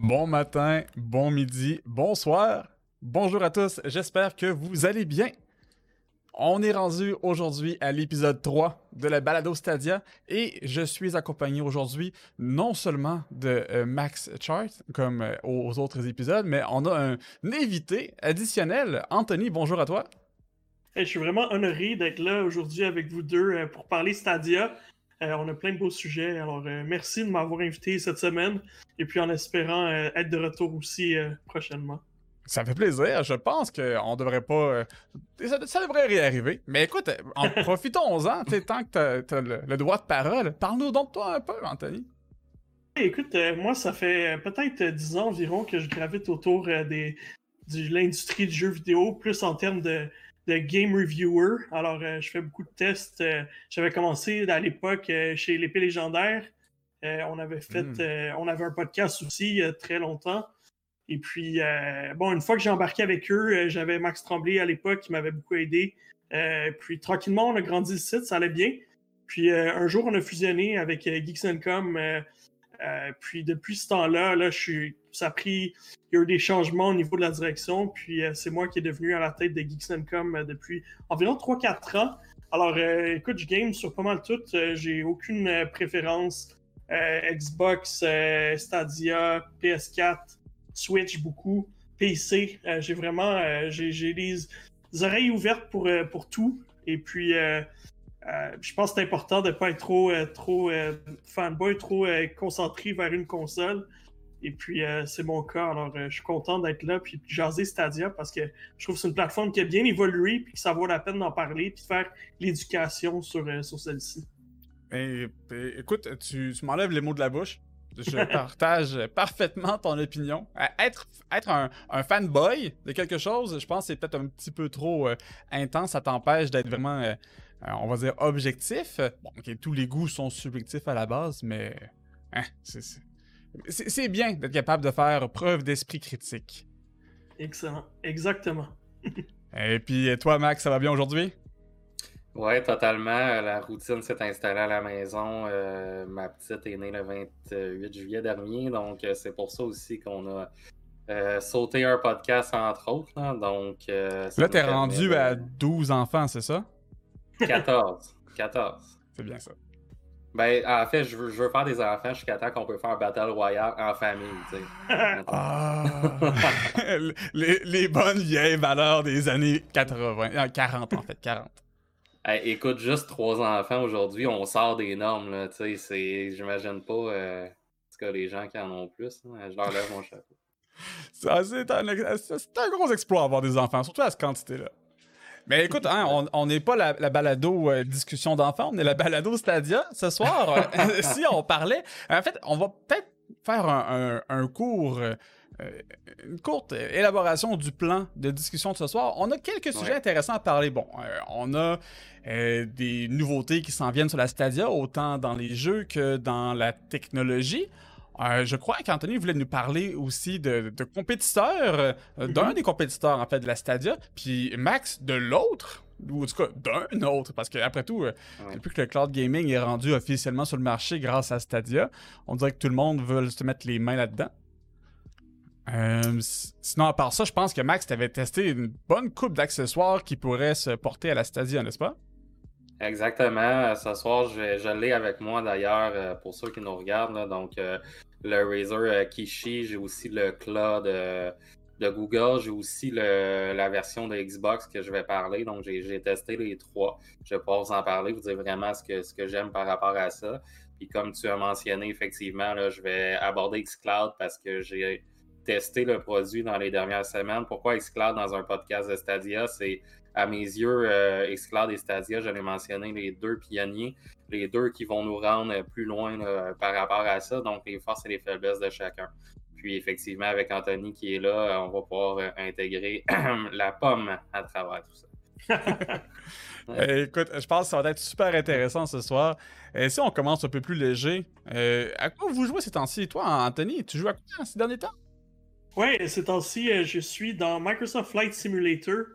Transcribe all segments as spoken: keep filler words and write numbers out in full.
Bon matin, bon midi, bonsoir, bonjour à tous, j'espère que vous allez bien. On est rendu aujourd'hui à l'épisode trois de la Balado Stadia et je suis accompagné aujourd'hui non seulement de euh, Max Chart comme euh, aux autres épisodes, mais on a un, un invité additionnel. Anthony, bonjour à toi. Hey, je suis vraiment honoré d'être là aujourd'hui avec vous deux euh, pour parler Stadia. Euh, on a plein de beaux sujets, alors euh, merci de m'avoir invité cette semaine et puis en espérant euh, être de retour aussi euh, prochainement. Ça me fait plaisir, je pense qu'on devrait pas... euh, ça, ça devrait réarriver. Mais écoute, en profitons-en, tu sais, tant que t'as, t'as le, le droit de parole. Parle-nous donc de toi un peu, Anthony. Écoute, euh, moi ça fait euh, peut-être dix ans environ que je gravite autour euh, des, de l'industrie du jeu vidéo, plus en termes de, de game reviewer. Alors euh, je fais beaucoup de tests. Euh, j'avais commencé à l'époque euh, chez l'Épée Légendaire. Euh, on avait fait, Mm. euh, on avait un podcast aussi il y a très longtemps. Et puis, euh, bon, une fois que j'ai embarqué avec eux, euh, j'avais Max Tremblay à l'époque qui m'avait beaucoup aidé. Euh, puis, tranquillement, on a grandi le site, ça allait bien. Puis, euh, un jour, on a fusionné avec euh, Geeks and Com. Euh, euh, puis, depuis ce temps-là, là, je suis, ça a pris... Il y a eu des changements au niveau de la direction. Puis, euh, c'est moi qui est devenu à la tête de Geeks and Com euh, depuis environ trois quatre ans. Alors, euh, écoute, je game sur pas mal tout. Euh, j'ai aucune euh, préférence. Euh, Xbox, euh, Stadia, P S quatre... Switch beaucoup, P C, euh, j'ai vraiment euh, j'ai, j'ai les, les oreilles ouvertes pour, euh, pour tout. Et puis, euh, euh, je pense que c'est important de ne pas être trop, euh, trop euh, fanboy, trop euh, concentré vers une console. Et puis, euh, c'est mon cas. Alors, euh, je suis content d'être là puis de jaser Stadia parce que je trouve que c'est une plateforme qui a bien évolué puis que ça vaut la peine d'en parler puis de faire l'éducation sur, euh, sur celle-ci. Et, et, écoute, tu, tu m'enlèves les mots de la bouche. Je partage parfaitement ton opinion. Être, être un, un fanboy de quelque chose, je pense que c'est peut-être un petit peu trop euh, intense. Ça t'empêche d'être vraiment, euh, on va dire, objectif. Bon, ok, tous les goûts sont subjectifs à la base, mais hein, c'est, c'est, c'est bien d'être capable de faire preuve d'esprit critique. Excellent. Exactement. Et puis, toi, Max, ça va bien aujourd'hui? Ouais, totalement. La routine s'est installée à la maison. Euh, ma petite est née le vingt-huit juillet dernier, donc euh, c'est pour ça aussi qu'on a euh, sauté un podcast, entre autres. Là, donc, euh, ça Là, nous t'es permet rendu de... à douze enfants, c'est ça? quatorze. quatorze. C'est bien ça. Ben, en fait, je veux, je veux faire des enfants jusqu'à temps qu'on peut faire Battle Royale en famille, tu sais. Ah! les, les bonnes vieilles valeurs des années quatre-vingts. euh, quarante, en fait, quarante. Hey, écoute, juste trois enfants aujourd'hui, on sort des normes, là, tu sais, c'est... J'imagine pas, euh... en tout cas, les gens qui en ont plus, hein, je leur lève mon chapeau. Ça, c'est, un, c'est un gros exploit avoir des enfants, surtout à cette quantité-là. Mais écoute, hein, on n'est pas la, la balado euh, discussion d'enfants, on est la balado Stadia. Ce soir, euh, si on parlait... En fait, on va peut-être faire un, un, un cours... Euh, une courte élaboration du plan de discussion de ce soir. On a quelques sujets ouais. intéressants à parler. Bon, euh, on a euh, des nouveautés qui s'en viennent sur la Stadia, autant dans les jeux que dans la technologie. Euh, je crois qu'Anthony voulait nous parler aussi de, de compétiteurs, euh, mm-hmm. d'un des compétiteurs en fait de la Stadia, puis Max de l'autre, ou en tout cas d'un autre, parce qu'après tout, euh, ouais. depuis que le cloud gaming est rendu officiellement sur le marché grâce à Stadia, on dirait que tout le monde veut se mettre les mains là-dedans. Euh, sinon, à part ça, je pense que Max t'avait testé une bonne coupe d'accessoires qui pourraient se porter à la Stadia, n'est-ce pas? Exactement. Ce soir, je, je l'ai avec moi d'ailleurs, pour ceux qui nous regardent. Là, donc, euh, le Razer Kishi, j'ai aussi le Cloud euh, de Google, j'ai aussi le, la version de Xbox que je vais parler. Donc, j'ai, j'ai testé les trois. Je vais pouvoir vous en parler, vous dire vraiment ce que, ce que j'aime par rapport à ça. Puis, comme tu as mentionné, effectivement, là, je vais aborder xCloud parce que j'ai testé le produit dans les dernières semaines. Pourquoi xCloud dans un podcast de Stadia? C'est, à mes yeux, euh, xCloud et Stadia, je l'ai mentionné, les deux pionniers, les deux qui vont nous rendre plus loin là, par rapport à ça, donc les forces et les faiblesses de chacun. Puis effectivement, avec Anthony qui est là, on va pouvoir euh, intégrer la pomme à travers tout ça. Euh, écoute, je pense que ça va être super intéressant ce soir. Euh, si on commence un peu plus léger, euh, à quoi vous jouez ces temps-ci? Toi, Anthony, tu joues à quoi ces derniers temps? Oui, ces temps-ci, je suis dans Microsoft Flight Simulator.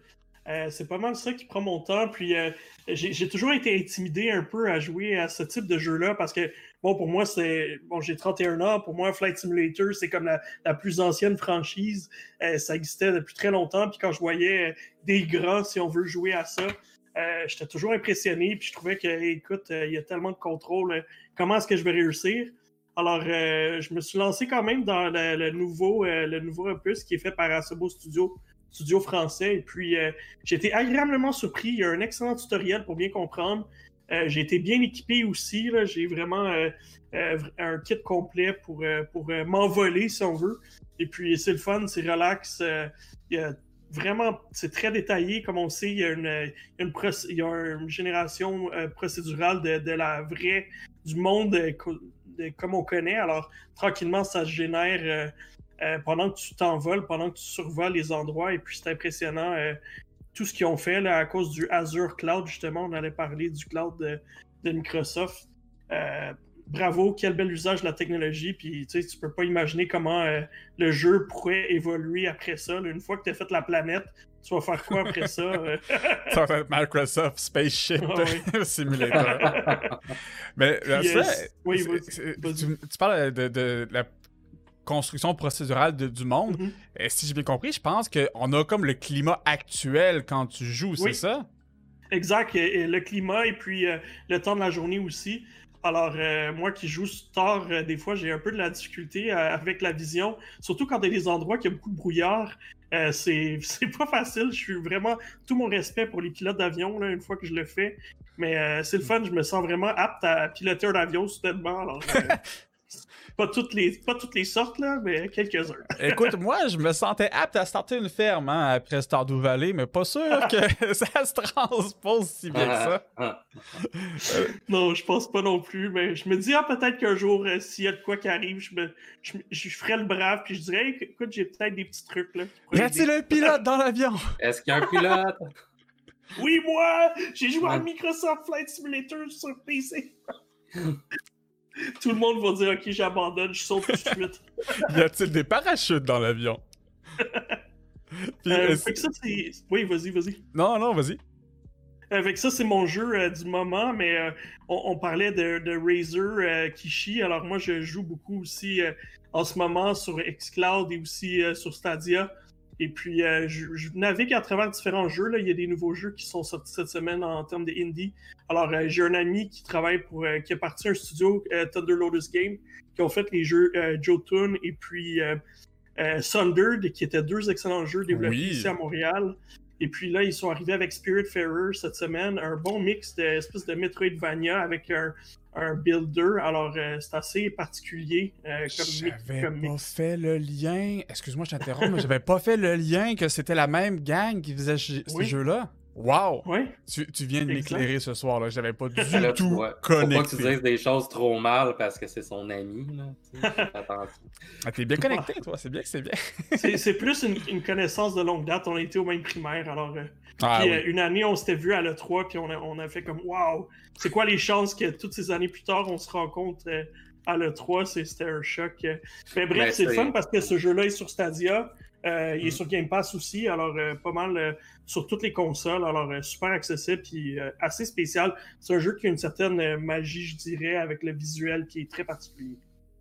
Euh, c'est pas mal ça qui prend mon temps. Puis euh, j'ai, j'ai toujours été intimidé un peu à jouer à ce type de jeu-là parce que, bon, pour moi, c'est. Bon, j'ai trente et un ans. Pour moi, Flight Simulator, c'est comme la, la plus ancienne franchise. Euh, ça existait depuis très longtemps. Puis quand je voyais des grands, si on veut, jouer à ça, euh, j'étais toujours impressionné. Puis je trouvais que, écoute, euh, il y a tellement de contrôle. Euh, comment est-ce que je vais réussir? Alors, euh, je me suis lancé quand même dans le, le nouveau, euh, le nouveau opus qui est fait par Asobo Studio. Studio français, et puis euh, j'ai été agréablement surpris. Il y a un excellent tutoriel pour bien comprendre. Euh, j'ai été bien équipé aussi. Là. J'ai vraiment euh, euh, un kit complet pour, euh, pour euh, m'envoler, si on veut. Et puis c'est le fun, c'est relax. Euh, il y a vraiment, c'est très détaillé. Comme on le sait, il y a une, il y a une, proc- il y a une génération euh, procédurale de, de la vraie, du monde euh, co- de, comme on connaît. Alors, tranquillement, ça se génère euh, Euh, pendant que tu t'envoles, pendant que tu survoles les endroits, et puis c'est impressionnant euh, tout ce qu'ils ont fait là, à cause du Azure Cloud, justement, on allait parler du cloud de, de Microsoft. Euh, bravo, quel bel usage de la technologie, puis tu sais, tu peux pas imaginer comment euh, le jeu pourrait évoluer après ça. Là. Une fois que tu as fait la planète, tu vas faire quoi après ça? euh? Ça va être Microsoft Spaceship Ah oui. Simulator. Mais là, Puis, ça, euh, c'est- oui, c'est- vas-y, c'est- vas-y. tu, tu parles de, de la construction procédurale de- du monde. Mhm. Et si j'ai bien compris, je pense qu'on a comme le climat actuel quand tu joues, c'est Oui. ça? Exact, et, et le climat et puis euh, le temps de la journée aussi. Alors, euh, moi qui joue tard, euh, des fois, j'ai un peu de la difficulté euh, avec la vision, surtout quand il y a des endroits qui a beaucoup de brouillard. Euh, c'est, c'est pas facile. Je suis vraiment tout mon respect pour les pilotes d'avion là, une fois que je le fais. Mais euh, c'est le fun, je me sens vraiment apte à piloter un avion soudainement. Alors, euh, pas, toutes les, pas toutes les sortes, là, mais quelques-uns. Écoute, moi, je me sentais apte à starter une ferme hein, après Stardew Valley, mais pas sûr que ça se transpose si bien que ça. Non, je pense pas non plus, mais je me dis, ah, peut-être qu'un jour, euh, s'il y a de quoi qui arrive, je, me, je, je ferais le brave, puis je dirais, hey, écoute, j'ai peut-être des petits trucs, là. qui pourraient Y a-t-il aider. un pilote dans l'avion? Est-ce qu'il y a un pilote? Oui, moi! J'ai joué à Ouais. Microsoft Flight Simulator sur P C. Tout le monde va dire, ok, j'abandonne, je saute tout de suite. Y a-t-il des parachutes dans l'avion? Puis, Euh, est-ce- fait que ça, c'est... Oui, vas-y, vas-y. Non, non, vas-y. Avec ça, c'est mon jeu euh, du moment, mais euh, on, on parlait de, de Razer euh, Kishi. Alors moi, je joue beaucoup aussi euh, en ce moment sur xCloud et aussi euh, sur Stadia. Et puis, euh, je, je navigue à travers différents jeux. Là. Il y a des nouveaux jeux qui sont sortis cette semaine en termes de indie. Alors, euh, j'ai un ami qui travaille pour, euh, qui a parti un studio, euh, Thunder Lotus Game, qui ont fait les jeux euh, Jotun et puis euh, euh, Sundered, qui étaient deux excellents jeux développés Oui. ici à Montréal. Et puis là, ils sont arrivés avec Spiritfarer cette semaine, un bon mix d'espèce de Metroidvania avec un, un builder. Alors, euh, c'est assez particulier euh, comme, mi- J'avais comme pas mix. fait le lien. Excuse-moi, je t'interromps, mais j'avais pas fait le lien que c'était la même gang qui faisait ch- ces Oui. jeux-là. Wow! Oui, Tu, tu viens de Exact. m'éclairer ce soir, là. J'avais pas du Là, tu tout vois, faut pas que tu connecté. dises des choses trop mal parce que c'est son ami. Là, tu sais, fais attention. Ah, t'es bien connecté, toi. C'est bien que c'est bien. c'est c'est plus une, une connaissance de longue date. On a été au même primaire. Alors, euh, Ah puis, oui. euh, une année, on s'était vu à l'E trois, puis on a, on a fait comme waouh, c'est quoi les chances que toutes ces années plus tard, on se rencontre euh, à l'E trois? C'est- C'était un choc. euh. Mais bref, Mais c'est le c'est- fun parce que ce jeu-là est sur Stadia. Euh, il est Mm. sur Game Pass aussi, alors euh, pas mal euh, sur toutes les consoles, alors euh, super accessible puis euh, assez spécial. C'est un jeu qui a une certaine euh, magie, je dirais, avec le visuel qui est très particulier.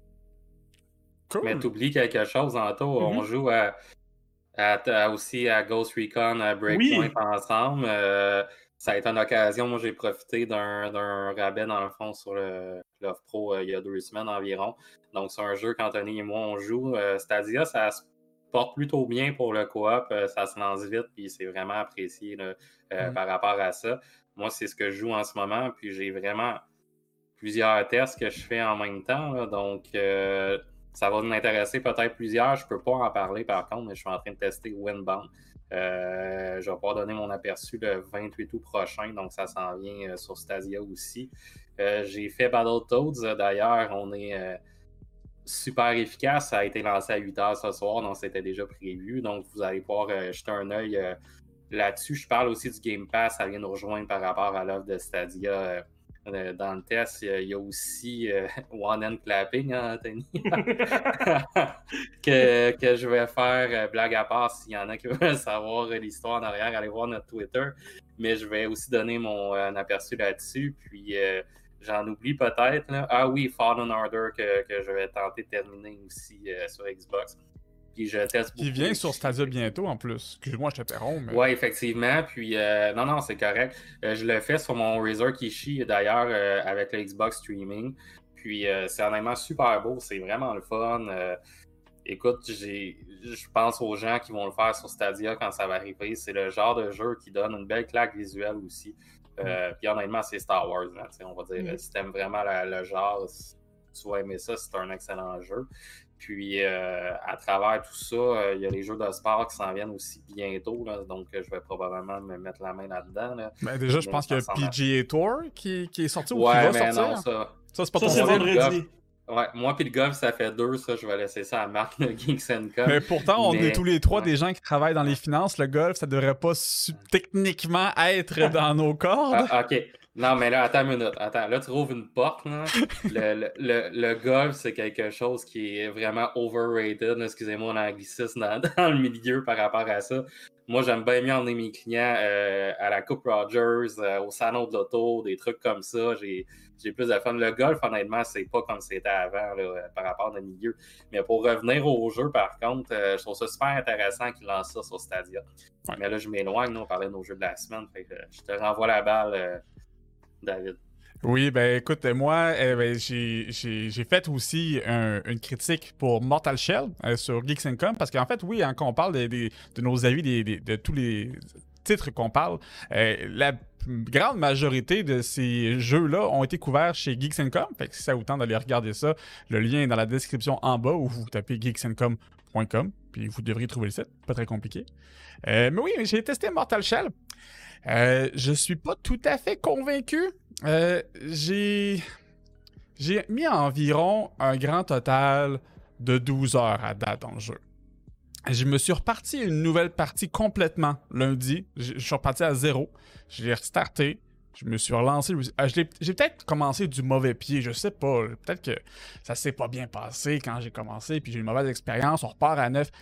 Cool. Mais t'oublies quelque chose, Anto. On Mhm. joue à, à- à- aussi à Ghost Recon à Breakpoint Oui. ensemble. Euh, ça a été une occasion. Moi, j'ai profité d'un d'un rabais, dans le fond, sur le l'Offre Pro euh, il y a deux semaines environ. Donc, c'est un jeu qu'Anthony et moi, on joue. Euh, Stadia, ça se porte plutôt bien pour le coop. Euh, ça se lance vite, puis c'est vraiment apprécié là, euh, Mm. par rapport à ça. Moi, c'est ce que je joue en ce moment, puis j'ai vraiment plusieurs tests que je fais en même temps. Là, donc, euh, ça va m'intéresser peut-être plusieurs. Je ne peux pas en parler par contre, mais je suis en train de tester Windbound. Euh, je vais pouvoir donner mon aperçu le vingt-huit août prochain, donc ça s'en vient euh, sur Stadia aussi. Euh, j'ai fait Battletoads, euh, d'ailleurs, on est euh, super efficace. Ça a été lancé à huit heures ce soir, donc c'était déjà prévu. Donc, vous allez pouvoir euh, jeter un œil euh, là-dessus. Je parle aussi du Game Pass, ça vient nous rejoindre par rapport à l'offre de Stadia. Euh, Euh, dans le test, il y a, il y a aussi euh, one-hand clapping, hein, Anthony? que, que je vais faire, euh, blague à part, s'il y en a qui veulent savoir l'histoire en arrière, allez voir notre Twitter. Mais je vais aussi donner mon euh, aperçu là-dessus. Puis euh, j'en oublie peut-être. Là. Ah oui, Fallen Order que, que je vais tenter de terminer aussi euh, sur Xbox. Puis je teste beaucoup. Qui vient sur Stadia bientôt en plus. Excuse-moi, je t'interromps. Mais... Oui, effectivement. Puis, euh, non, non, c'est correct. Euh, je le fais sur mon Razer Kishi, d'ailleurs, euh, avec le Xbox Streaming. Puis, euh, c'est honnêtement super beau. C'est vraiment le fun. Euh, écoute, j'ai, je pense aux gens qui vont le faire sur Stadia quand ça va arriver. C'est le genre de jeu qui donne une belle claque visuelle aussi. Euh, puis, honnêtement, c'est Star Wars. Hein, on va dire, mm-hmm. Si t'aimes vraiment la, le genre, si tu vas aimer ça, c'est un excellent jeu. Puis, euh, à travers tout ça, euh, il y a les jeux de sport qui s'en viennent aussi bientôt. Là, donc, euh, je vais probablement me mettre la main là-dedans. Là. Ben déjà, je pense qu'il y a P G A Tour qui, qui est sorti ou ouais, qui va mais sortir. Non, ça, ça, c'est pas ça, ton c'est vendredi. Ouais, moi puis le golf, ça fait deux, ça. Je vais laisser ça à Marc, le Geeks and Com. Mais pourtant, on mais... est tous les trois ouais. des gens qui travaillent dans les finances. Le golf, ça devrait pas su- techniquement être dans nos cordes. Ah, OK. Non, mais là, attends une minute. Attends, là, tu rouvres une porte. Là. Le, le, le, le golf, c'est quelque chose qui est vraiment overrated. Excusez-moi mon anglicisme dans, dans le milieu par rapport à ça. Moi, j'aime bien mieux emmener mes clients euh, à la Coupe Rogers, euh, au salon de l'auto, des trucs comme ça. J'ai, j'ai plus de fun. Le golf, honnêtement, c'est pas comme c'était avant là, par rapport au milieu. Mais pour revenir au jeu, par contre, euh, je trouve ça super intéressant qu'ils lancent ça sur Stadia. Ouais. Mais là, je m'éloigne. Nous, on parlait de nos jeux de la semaine. Fait que je te renvoie la balle. Euh, David. Oui, ben écoute, moi, eh ben, j'ai, j'ai, j'ai fait aussi un, une critique pour Mortal Shell euh, sur Geeks and Com, parce qu'en fait, oui, hein, quand on parle de, de, de nos avis, des, de, de tous les titres qu'on parle, euh, la grande majorité de ces jeux-là ont été couverts chez Geeks and Com, fait que si ça vous tente d'aller regarder ça, le lien est dans la description en bas, où vous tapez geeks and com point com, puis vous devriez trouver le site, pas très compliqué. Euh, mais oui, j'ai testé Mortal Shell. Euh, je suis pas tout à fait convaincu. Euh, j'ai... j'ai mis environ un grand total de douze heures à date dans le jeu. Je me suis reparti une nouvelle partie complètement lundi. Je, je suis reparti à zéro. Je l'ai restarté. Je me suis relancé. Je me suis... ah, je l'ai... J'ai peut-être commencé du mauvais pied. Je sais pas. Peut-être que ça s'est pas bien passé quand j'ai commencé. Puis j'ai eu une mauvaise expérience. On repart à neuf.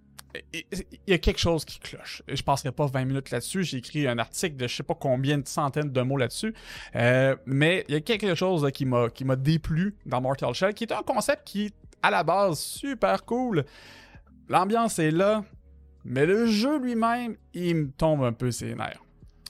Il y a quelque chose qui cloche. Je passerai pas vingt minutes là-dessus. J'ai écrit un article de je sais pas combien de centaines de mots là-dessus. Euh, mais il y a quelque chose là, qui m'a qui m'a déplu dans Mortal Shell, qui est un concept qui est à la base super cool. L'ambiance est là, mais le jeu lui-même, il me tombe un peu ses nerfs.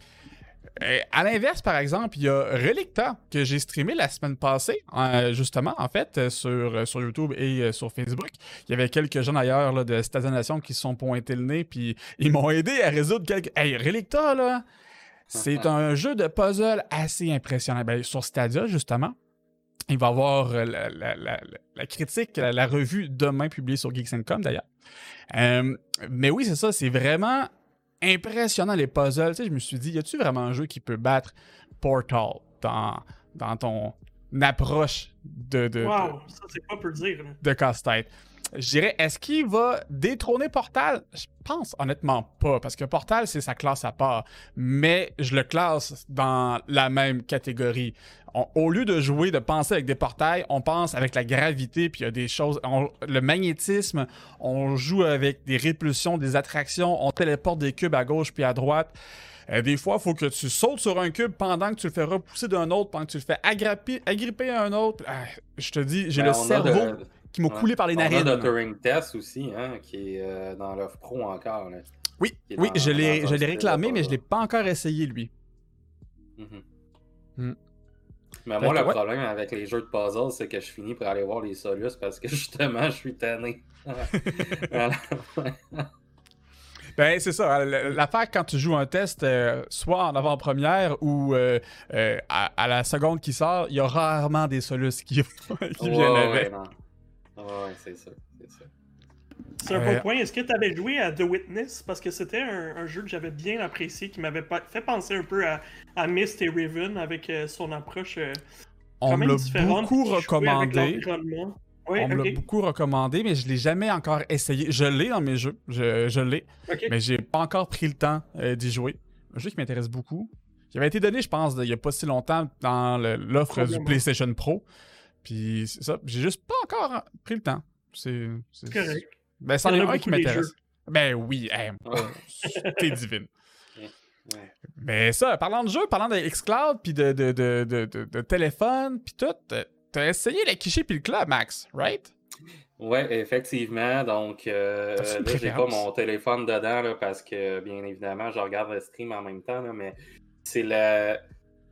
Et à l'inverse, par exemple, il y a Relicta que j'ai streamé la semaine passée, euh, justement, en fait, sur, sur YouTube et euh, sur Facebook. Il y avait quelques gens d'ailleurs là, de Stadia Nation qui se sont pointés le nez, puis ils m'ont aidé à résoudre quelques... Hey, Relicta, là, c'est un jeu de puzzle assez impressionnant. Ben, sur Stadia, justement, il va y avoir la, la, la, la, la critique, la, la revue demain publiée sur Geeks and Com, d'ailleurs. Euh, mais oui, c'est ça, c'est vraiment... impressionnant les puzzles. Tu sais, je me suis dit, y a-tu vraiment un jeu qui peut battre Portal dans, dans ton approche de, de, wow, de, ça c'est pas peu dire. Là. de casse-tête? Je dirais, est-ce qu'il va détrôner Portal? Je pense honnêtement pas, parce que Portal, c'est sa classe à part. Mais je le classe dans la même catégorie. On, au lieu de jouer, de penser avec des portails, on pense avec la gravité, puis il y a des choses... On, le magnétisme, on joue avec des répulsions, des attractions, on téléporte des cubes à gauche puis à droite. Euh, des fois, il faut que tu sautes sur un cube pendant que tu le fais repousser d'un autre, pendant que tu le fais agripper, agripper à un autre. Ah, je te dis, j'ai ben, le cerveau... De... qui m'ont ouais. coulé par les narines. On a le Turing Test aussi, hein, qui est euh, dans l'offre pro encore. Là, oui, oui, dans, je l'ai, je l'ai réclamé, mais je ne l'ai pas encore essayé, lui. Mm-hmm. Mm. Mais moi, le ouais. problème avec les jeux de puzzle, c'est que je finis par aller voir les solus parce que justement, je suis tanné. Ben, c'est ça. L'affaire, quand tu joues un test, euh, soit en avant-première ou euh, euh, à, à la seconde qui sort, il y a rarement des solus qui, qui ouais, viennent avec. Ouais, non. Ouais, c'est ça, c'est ça. C'est un euh... bon point. Est-ce que tu avais joué à The Witness? Parce que c'était un, un jeu que j'avais bien apprécié, qui m'avait fait penser un peu à, à Myst et Riven avec euh, son approche euh, On me l'a beaucoup recommandé. Oui, On me okay. l'a beaucoup recommandé, mais je ne l'ai jamais encore essayé. Je l'ai dans mes jeux, je, je l'ai, okay. mais j'ai pas encore pris le temps euh, d'y jouer. Un jeu qui m'intéresse beaucoup. qui avait été donné, je pense, il n'y a pas si longtemps dans le- l'offre du PlayStation Pro. Puis c'est ça, j'ai juste pas encore pris le temps. C'est c'est- correct. Ben, c'en Il y est en a un qui beaucoup, des m'intéresse. jeux. Ben oui, hey, oh, t'es divine. Ouais. Mais ça, parlant de jeux, parlant de xCloud, puis de, de, de, de, de, de téléphone, puis tout, t'as- t'as essayé la Kishi puis le club, Max, right? Oui, effectivement. Donc, euh, T'as-tu une là, j'ai pas préférence? mon téléphone dedans là, parce que, bien évidemment, je regarde le stream en même temps. Là, mais c'est la,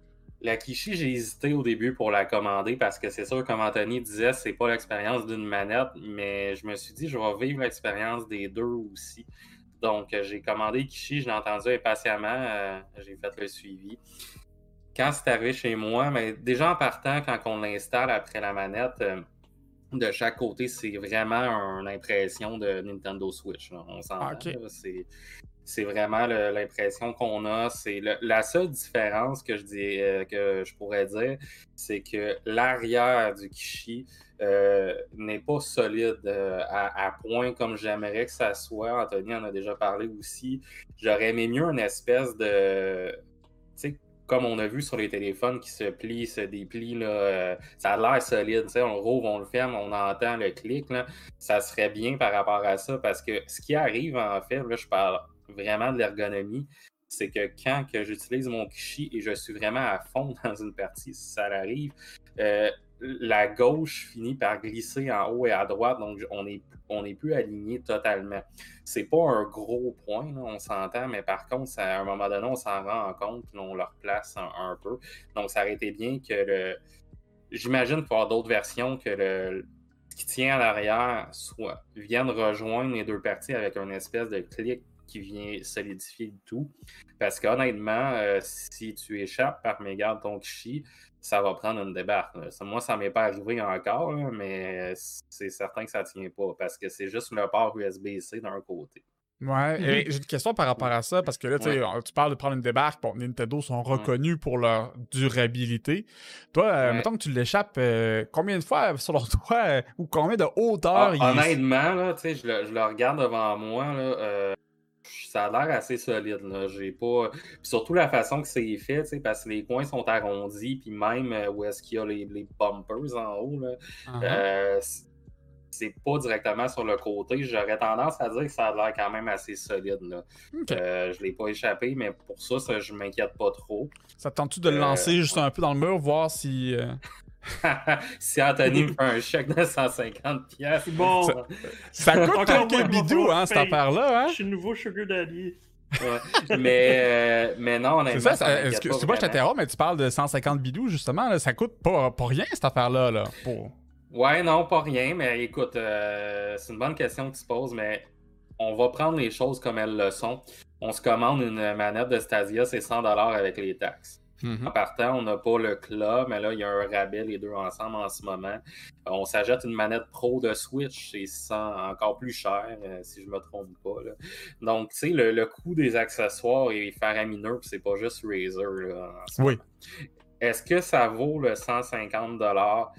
la Kishi, j'ai hésité au début pour la commander parce que c'est sûr, comme Anthony disait, c'est pas l'expérience d'une manette, mais je me suis dit, je vais vivre l'expérience des deux aussi. Donc, euh, j'ai commandé Kishi, je l'ai entendu impatiemment, euh, j'ai fait le suivi. Quand c'est arrivé chez moi, mais déjà en partant, quand on l'installe après la manette, euh, de chaque côté, c'est vraiment une impression de Nintendo Switch. Là. On s'entend. Ah, ok. Là. C'est, c'est vraiment le- l'impression qu'on a. C'est le- la seule différence que je, dis, euh, que je pourrais dire, c'est que l'arrière du Kishi euh, n'est pas solide euh, à, à point comme j'aimerais que ça soit. Anthony en a déjà parlé aussi. J'aurais aimé mieux une espèce de... Tu sais, comme on a vu sur les téléphones qui se plient, se déplient, là, euh, ça a l'air solide. Tu sais, on le rouvre, on le ferme, on entend le clic. Là, ça serait bien par rapport à ça parce que ce qui arrive, en fait, là, je parle vraiment de l'ergonomie, c'est que quand que j'utilise mon Kishi et je suis vraiment à fond dans une partie, si ça arrive, euh, la gauche finit par glisser en haut et à droite, donc on n'est on est plus aligné totalement. C'est pas un gros point, là, on s'entend, mais par contre, ça, à un moment donné, on s'en rend compte, puis on le replace un, un peu. Donc, ça aurait été bien que le... J'imagine qu'il va y avoir d'autres versions que le ce qui tient à l'arrière soit vienne rejoindre les deux parties avec une espèce de clic qui vient solidifier le tout. Parce qu'honnêtement, euh, si tu échappes par mégarde ton Kishi, ça va prendre une débarque. Là. Ça, moi, ça m'est pas arrivé encore, là, mais c'est certain que ça tient pas parce que c'est juste le port U S B-C d'un côté. Ouais, Mhm. et j'ai une question par rapport à ça, parce que là, tu sais, Ouais. tu parles de prendre une débarque, bon, Nintendo sont reconnus pour leur durabilité. Toi, euh, Ouais. mettons que tu l'échappes, euh, combien de fois, selon toi, euh, ou combien de hauteur Ah, il... honnêtement, là, tu sais, je, le- je le regarde devant moi, là, euh, ça a l'air assez solide. Là. J'ai pas... Puis surtout la façon que c'est fait, tu sais, parce que les coins sont arrondis, puis même euh, où est-ce qu'il y a les, les bumpers en haut, là, Uh-huh. euh, c'est pas directement sur le côté. J'aurais tendance à dire que ça a l'air quand même assez solide. Là. Ok. Euh, je l'ai pas échappé, mais pour ça, ça je m'inquiète pas trop. Ça te tente-tu de le Euh, lancer juste un peu dans le mur, voir si... euh, si Anthony me fait un chèque de cent cinquante pièces, C'est bon. Ça- Ça coûte Encore quelques moins, bidous, moi, hein, cette paye. affaire-là, hein? Je suis le nouveau Sugar Daddy. Ouais. mais, euh, mais non, honnêtement, C'est ça, ça ça m'inquiète excuse- pas excuse-moi, je vraiment. t'interromps, mais tu parles de cent cinquante bidous, justement, là, ça coûte pas, pas rien, cette affaire-là, là, pour... Ouais, non, pas rien, mais écoute, euh, c'est une bonne question que tu poses, mais on va prendre les choses comme elles le sont. On se commande une manette de Stadia, c'est cent dollars avec les taxes. Mhm. En partant, on n'a pas le club, mais là, il y a un rabais les deux ensemble en ce moment. On s'achète une manette pro de Switch, c'est cent encore plus cher, euh, si je me trompe pas. Là. Donc, tu sais, le, le coût des accessoires est faramineux, puis c'est pas juste Razer. Là, en ce Oui. moment. Est-ce que ça vaut le cent cinquante dollars?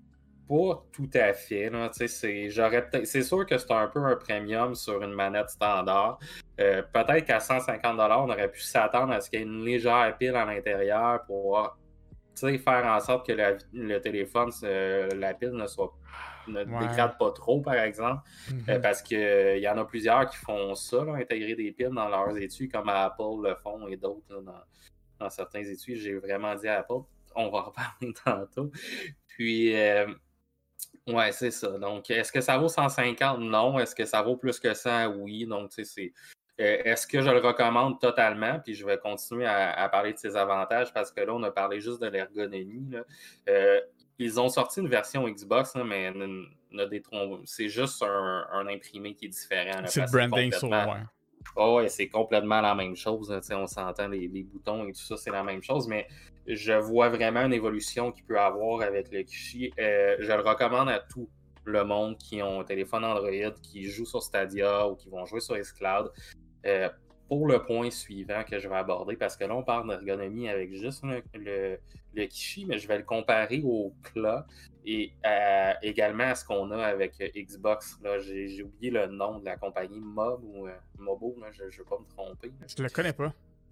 Pas tout à fait. Là. C'est, j'aurais peut-être, c'est sûr que c'est un peu un premium sur une manette standard. Euh, peut-être qu'à cent cinquante dollars, on aurait pu s'attendre à ce qu'il y ait une légère pile à l'intérieur pour faire en sorte que la, le téléphone, euh, la pile ne soit ne Ouais. dégrade pas trop, par exemple. Mhm. Euh, parce qu'il euh, y en a plusieurs qui font ça, là, intégrer des piles dans leurs étuis, comme Apple le font et d'autres là, dans, dans certains étuis. J'ai vraiment dit à Apple. On va en reparler tantôt. Puis... Euh, Ouais, c'est ça. Donc, est-ce que ça vaut cent cinquante? Non. Est-ce que ça vaut plus que ça? Oui. Donc, tu sais, c'est... Euh, est-ce que je le recommande totalement? Puis je vais continuer à, à parler de ses avantages parce que là, on a parlé juste de l'ergonomie. Là. Euh, ils ont sorti une version Xbox, là, mais ne, ne détrom- c'est juste un, un imprimé qui est différent. Là, C'est le parce que branding sur... complètement- Ouais. Oh, ouais, c'est complètement la même chose. Là, on s'entend, les, les boutons et tout ça, c'est la même chose. Mais je vois vraiment une évolution qu'il peut avoir avec le Kishi. Euh, je le recommande à tout le monde qui ont un téléphone Android, qui joue sur Stadia ou qui vont jouer sur xCloud. Euh, pour le point suivant que je vais aborder, parce que là, on parle d'ergonomie avec juste le, le, le Kishi, mais je vais le comparer au Cla et à, également à ce qu'on a avec Xbox. Là, j'ai, j'ai oublié le nom de la compagnie Mob ou euh, Mobo, là, je ne veux pas me tromper. Je le connais pas.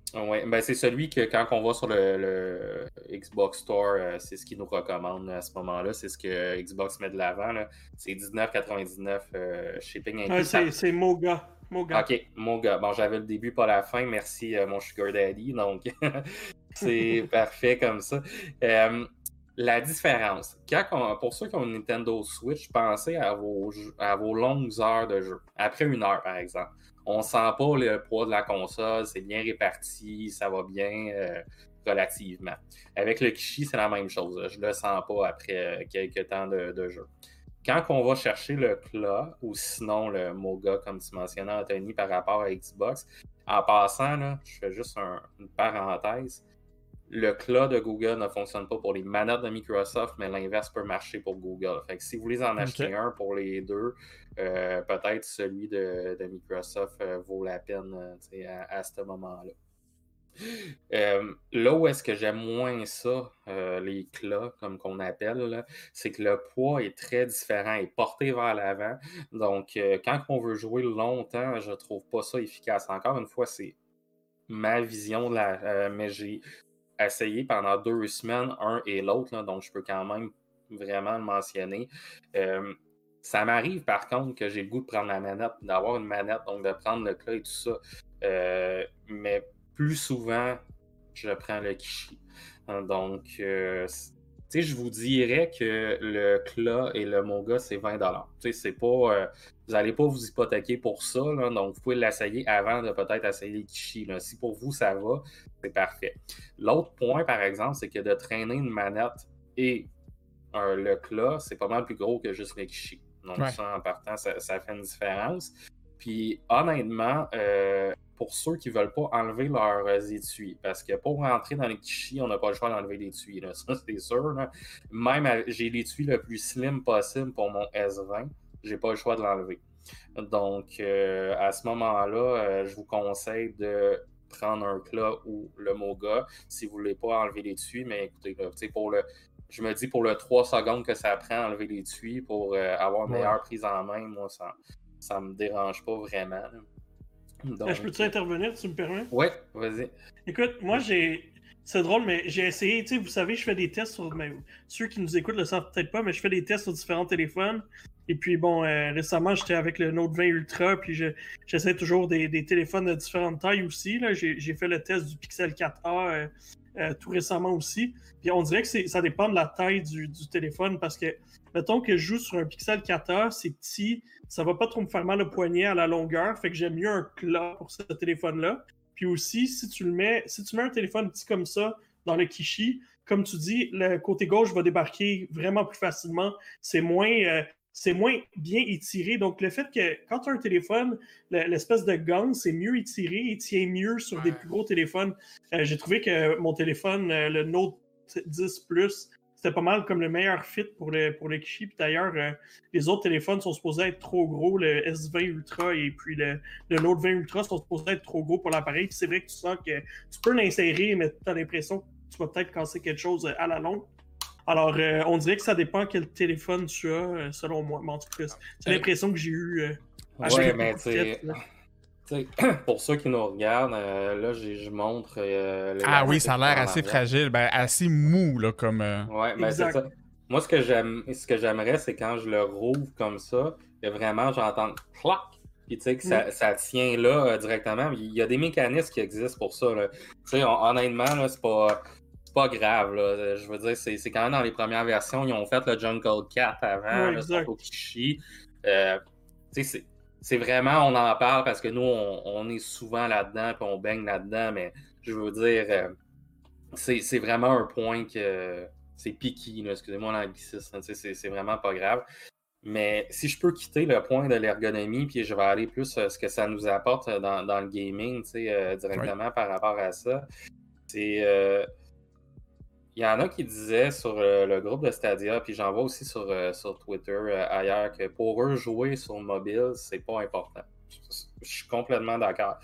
Oui, ben c'est celui que quand on va sur le, le Xbox Store, euh, c'est ce qu'ils nous recommandent à ce moment-là. C'est ce que Xbox met de l'avant. Là. C'est dix-neuf quatre-vingt-dix-neuf euh, shipping Ouais, inclus. Ça... c'est, c'est Moga. Moga. Ok, mon gars. Bon, j'avais le début, pas la fin. Merci, euh, mon Sugar Daddy. Donc, c'est parfait comme ça. Euh, la différence, quand on- pour ceux qui ont une Nintendo Switch, pensez à vos, jeux- à vos longues heures de jeu. Après une heure, par exemple. On sent pas le poids de la console, c'est bien réparti, ça va bien euh, relativement. Avec le Kishi, c'est la même chose. Je le sens pas après euh, quelques temps de, de jeu. Quand on va chercher le C L A ou sinon le Moga, comme tu mentionnais, Anthony, par rapport à Xbox, en passant, là, je fais juste un- une parenthèse. Le C L A de Google ne fonctionne pas pour les manettes de Microsoft, mais l'inverse peut marcher pour Google. Fait que si vous voulez en acheter Ok. un pour les deux, euh, peut-être celui de, de Microsoft euh, vaut la peine euh, à, à ce moment-là. Euh, là où est-ce que j'aime moins ça, euh, les C L A, comme qu'on appelle, là, c'est que le poids est très différent et porté vers l'avant. Donc, euh, quand on veut jouer longtemps, je trouve pas ça efficace. Encore une fois, c'est ma vision, de la, euh, mais j'ai essayé pendant deux semaines, un et l'autre, là, donc je peux quand même vraiment le mentionner. Euh, ça m'arrive par contre que j'ai le goût de prendre la manette, d'avoir une manette, donc de prendre le C L A et tout ça. Euh, mais plus souvent, je prends le Kishi. Donc, euh, tu sais, je vous dirais que le C L A et le Moga, c'est vingt dollars. Tu sais, c'est pas... Euh, vous n'allez pas vous hypothéquer pour ça, là, donc vous pouvez l'essayer avant de peut-être essayer les Kishi. Là. Si pour vous, ça va, c'est parfait. L'autre point, par exemple, c'est que de traîner une manette et un, le C L A, c'est pas mal plus gros que juste le Kishi. Donc Ouais. ça, en partant, ça, ça fait une différence. Puis honnêtement, euh, pour ceux qui ne veulent pas enlever leurs étuis, parce que pour rentrer dans les Kishi, on n'a pas le choix d'enlever l'étui. Là. Ça, c'est sûr. Là. Même j'ai l'étui le plus slim possible pour mon S vingt, j'ai pas le choix de l'enlever. Donc, euh, à ce moment-là, euh, je vous conseille de prendre un C L A ou le Moga si vous ne voulez pas enlever l'étui. Mais écoutez, là, pour le, je me dis pour le trois secondes que ça prend à enlever l'étui pour euh, avoir une Ouais. meilleure prise en main, moi, ça ça me dérange pas vraiment. Donc, je peux-tu intervenir, tu me permets? Oui, vas-y. Écoute, moi, j'ai... C'est drôle, mais j'ai essayé, tu sais, vous savez, je fais des tests sur... Mais, ceux qui nous écoutent le savent peut-être pas, mais je fais des tests sur différents téléphones. Et puis, bon, euh, récemment, j'étais avec le Note vingt Ultra, puis je, j'essaie toujours des, des téléphones de différentes tailles aussi. Là. J'ai, j'ai fait le test du Pixel quatre A euh, euh, tout récemment aussi. Puis on dirait que c'est, ça dépend de la taille du, du téléphone, parce que, mettons que je joue sur un Pixel quatre A, c'est petit, ça va pas trop me faire mal au poignet à la longueur, fait que j'aime mieux un C L A pour ce téléphone-là. Puis aussi, si tu le mets, si tu mets un téléphone petit comme ça dans le Kishi, comme tu dis, le côté gauche va débarquer vraiment plus facilement. C'est moins, euh, c'est moins bien étiré. Donc, le fait que quand tu as un téléphone, l'espèce de gang, c'est mieux étiré et tient mieux sur des plus gros téléphones. Euh, j'ai trouvé que mon téléphone, euh, le Note dix Plus, c'était pas mal comme le meilleur fit pour le, pour le Kishi. Puis d'ailleurs, euh, les autres téléphones sont supposés être trop gros. Le S vingt Ultra et puis le, le Note vingt Ultra sont supposés être trop gros pour l'appareil. Puis c'est vrai que tu sens que tu peux l'insérer, mais tu as l'impression que tu vas peut-être casser quelque chose à la longue. Alors, euh, on dirait que ça dépend quel téléphone tu as, selon moi. Mais en tout cas, c'est l'impression que j'ai eue. Euh, ouais, mais tu sais, pour ceux qui nous regardent, euh, là, je montre. Euh, ah oui, ça a l'air assez fragile, ben, assez mou, là, comme. Euh... Ouais, ben c'est ça. Moi, ce que j'aime, ce que j'aimerais, c'est quand je le rouvre comme ça, que vraiment j'entends clac, puis tu sais que ça, mm. ça tient là euh, directement. Il y a des mécanismes qui existent pour ça. Tu sais, honnêtement, là, c'est pas. C'est pas grave, là. Je veux dire, c'est, c'est quand même dans les premières versions, ils ont fait le Jungle quatre avant, ouais, le Kishi. Euh, tu sais, c'est. C'est vraiment, on en parle parce que nous, on, on est souvent là-dedans, puis on baigne là-dedans, mais je veux dire, euh, c'est, c'est vraiment un point que euh, c'est piqué, là, excusez-moi l'anglicisme, c'est, c'est vraiment pas grave. Mais si je peux quitter le point de l'ergonomie, puis je vais aller plus euh, ce que ça nous apporte dans, dans le gaming, euh, directement oui. par rapport à ça, c'est... Euh, il y en a qui disaient sur euh, le groupe de Stadia, puis j'en vois aussi sur, euh, sur Twitter euh, ailleurs, que pour eux, jouer sur mobile, c'est pas important. Je, je suis complètement d'accord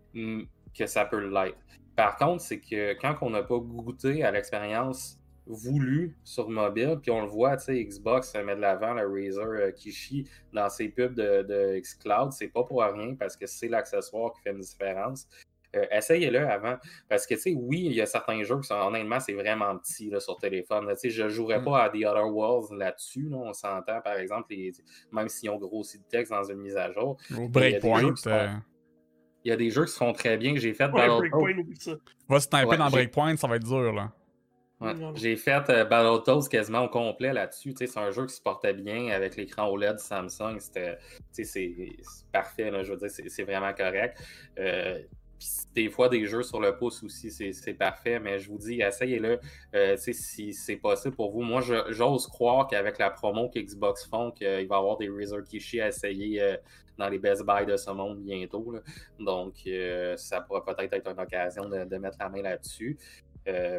que ça peut l'être. Par contre, c'est que quand on n'a pas goûté à l'expérience voulue sur mobile, puis on le voit, tu sais, Xbox met de l'avant le Razer euh, Kishi dans ses pubs de, de xCloud, c'est pas pour rien parce que c'est l'accessoire qui fait une différence. euh, essayez-le avant. Parce que, tu sais, oui, il y a certains jeux qui sont, honnêtement, c'est vraiment petit là, sur téléphone. Tu sais, je ne jouerais Mm. pas à The Other Worlds là-dessus. Là, on s'entend, par exemple, les, même s'ils ont grossi le texte dans une mise à jour. Au Il y a des Breakpoint. jeux qui sont, euh, il y a des jeux qui se font très bien. J'ai fait Ouais, Battletoads. Breakpoint, oublie ça. Va sniper Ouais, dans j'ai- Breakpoint, ça va être dur, là. Ouais. Non, non. J'ai fait euh, Battletoads quasiment au complet là-dessus. Tu sais, c'est un jeu qui se portait bien avec l'écran O L E D Samsung. C'était, tu sais, c'est, c'est parfait. Là, je veux dire, c'est, c'est vraiment correct. Euh, Puis des fois, des jeux sur le pouce aussi, c'est, c'est parfait. Mais je vous dis, essayez-le. Euh, tu sais, si c'est possible pour vous. Moi, je- j'ose croire qu'avec la promo qu'Xbox font, qu'il va y avoir des Razer Kishi à essayer euh, dans les Best Buy de ce monde bientôt. Là. Donc, euh, ça pourra peut-être être une occasion de, de mettre la main là-dessus. Euh,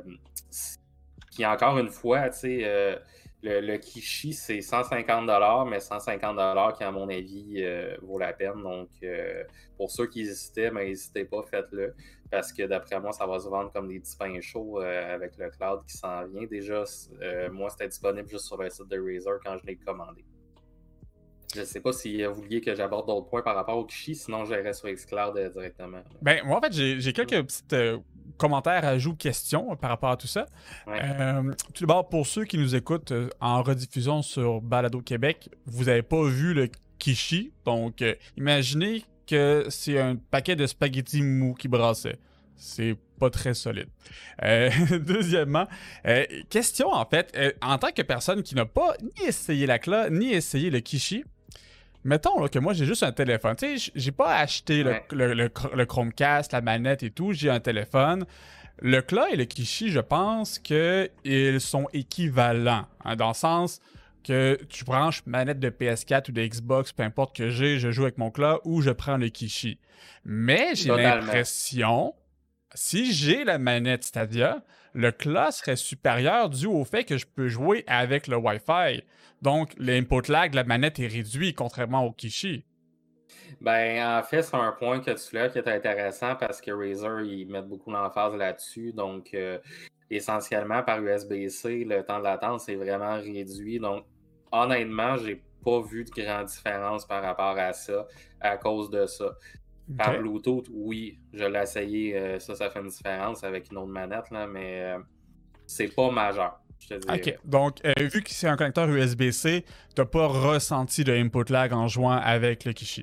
Puis encore une fois, tu sais, euh, le, le Kishi, c'est cent cinquante dollars, mais cent cinquante dollars qui, à mon avis, euh, vaut la peine. Donc, euh, pour ceux qui hésitaient, ben, n'hésitez pas, faites-le. Parce que d'après moi, ça va se vendre comme des petits pains chauds euh, avec le cloud qui s'en vient. Déjà, euh, moi, c'était disponible juste sur le site de Razer quand je l'ai commandé. Je ne sais pas si vous vouliez que j'aborde d'autres points par rapport au Kishi, sinon j'irai sur xCloud euh, directement. Ben, moi, en fait, j'ai, j'ai quelques petits euh, commentaires, ajouts, questions euh, par rapport à tout ça. Ouais. Euh, tout d'abord, pour ceux qui nous écoutent euh, en rediffusion sur Balado Québec, vous n'avez pas vu le Kishi. Donc, euh, imaginez que c'est un paquet de spaghettis mous qui brassait. C'est pas très solide. Euh, deuxièmement, euh, question en fait, euh, en tant que personne qui n'a pas ni essayé la cla, ni essayé le Kishi, mettons là, que moi j'ai juste un téléphone. Tu sais, j'ai pas acheté le, Ouais. le, le, le Chromecast, la manette et tout, j'ai un téléphone. Le C L A et le Kishi, je pense qu'ils sont équivalents, hein, dans le sens que tu branches manette de P S quatre ou de Xbox, peu importe que j'ai, je joue avec mon C L A ou je prends le Kishi. Mais j'ai Totalement. l'impression, si j'ai la manette Stadia, le C L A serait supérieur dû au fait que je peux jouer avec le Wi-Fi. Donc, l'input lag de la manette est réduit, contrairement au Kishi. Ben, en fait, c'est un point que tu soulèves qui est intéressant parce que Razer, ils mettent beaucoup d'emphase là-dessus. Donc, euh, essentiellement, par U S B C, le temps de latence est vraiment réduit. Donc, honnêtement, j'ai pas vu de grande différence par rapport à ça à cause de ça. Par Ok. Bluetooth, oui, je l'ai essayé. euh, ça, ça fait une différence avec une autre manette, là, mais euh, c'est pas majeur. Je te dirais. Ok, donc euh, vu que c'est un connecteur U S B C, t'as pas ressenti de input lag en jouant avec le Kishi.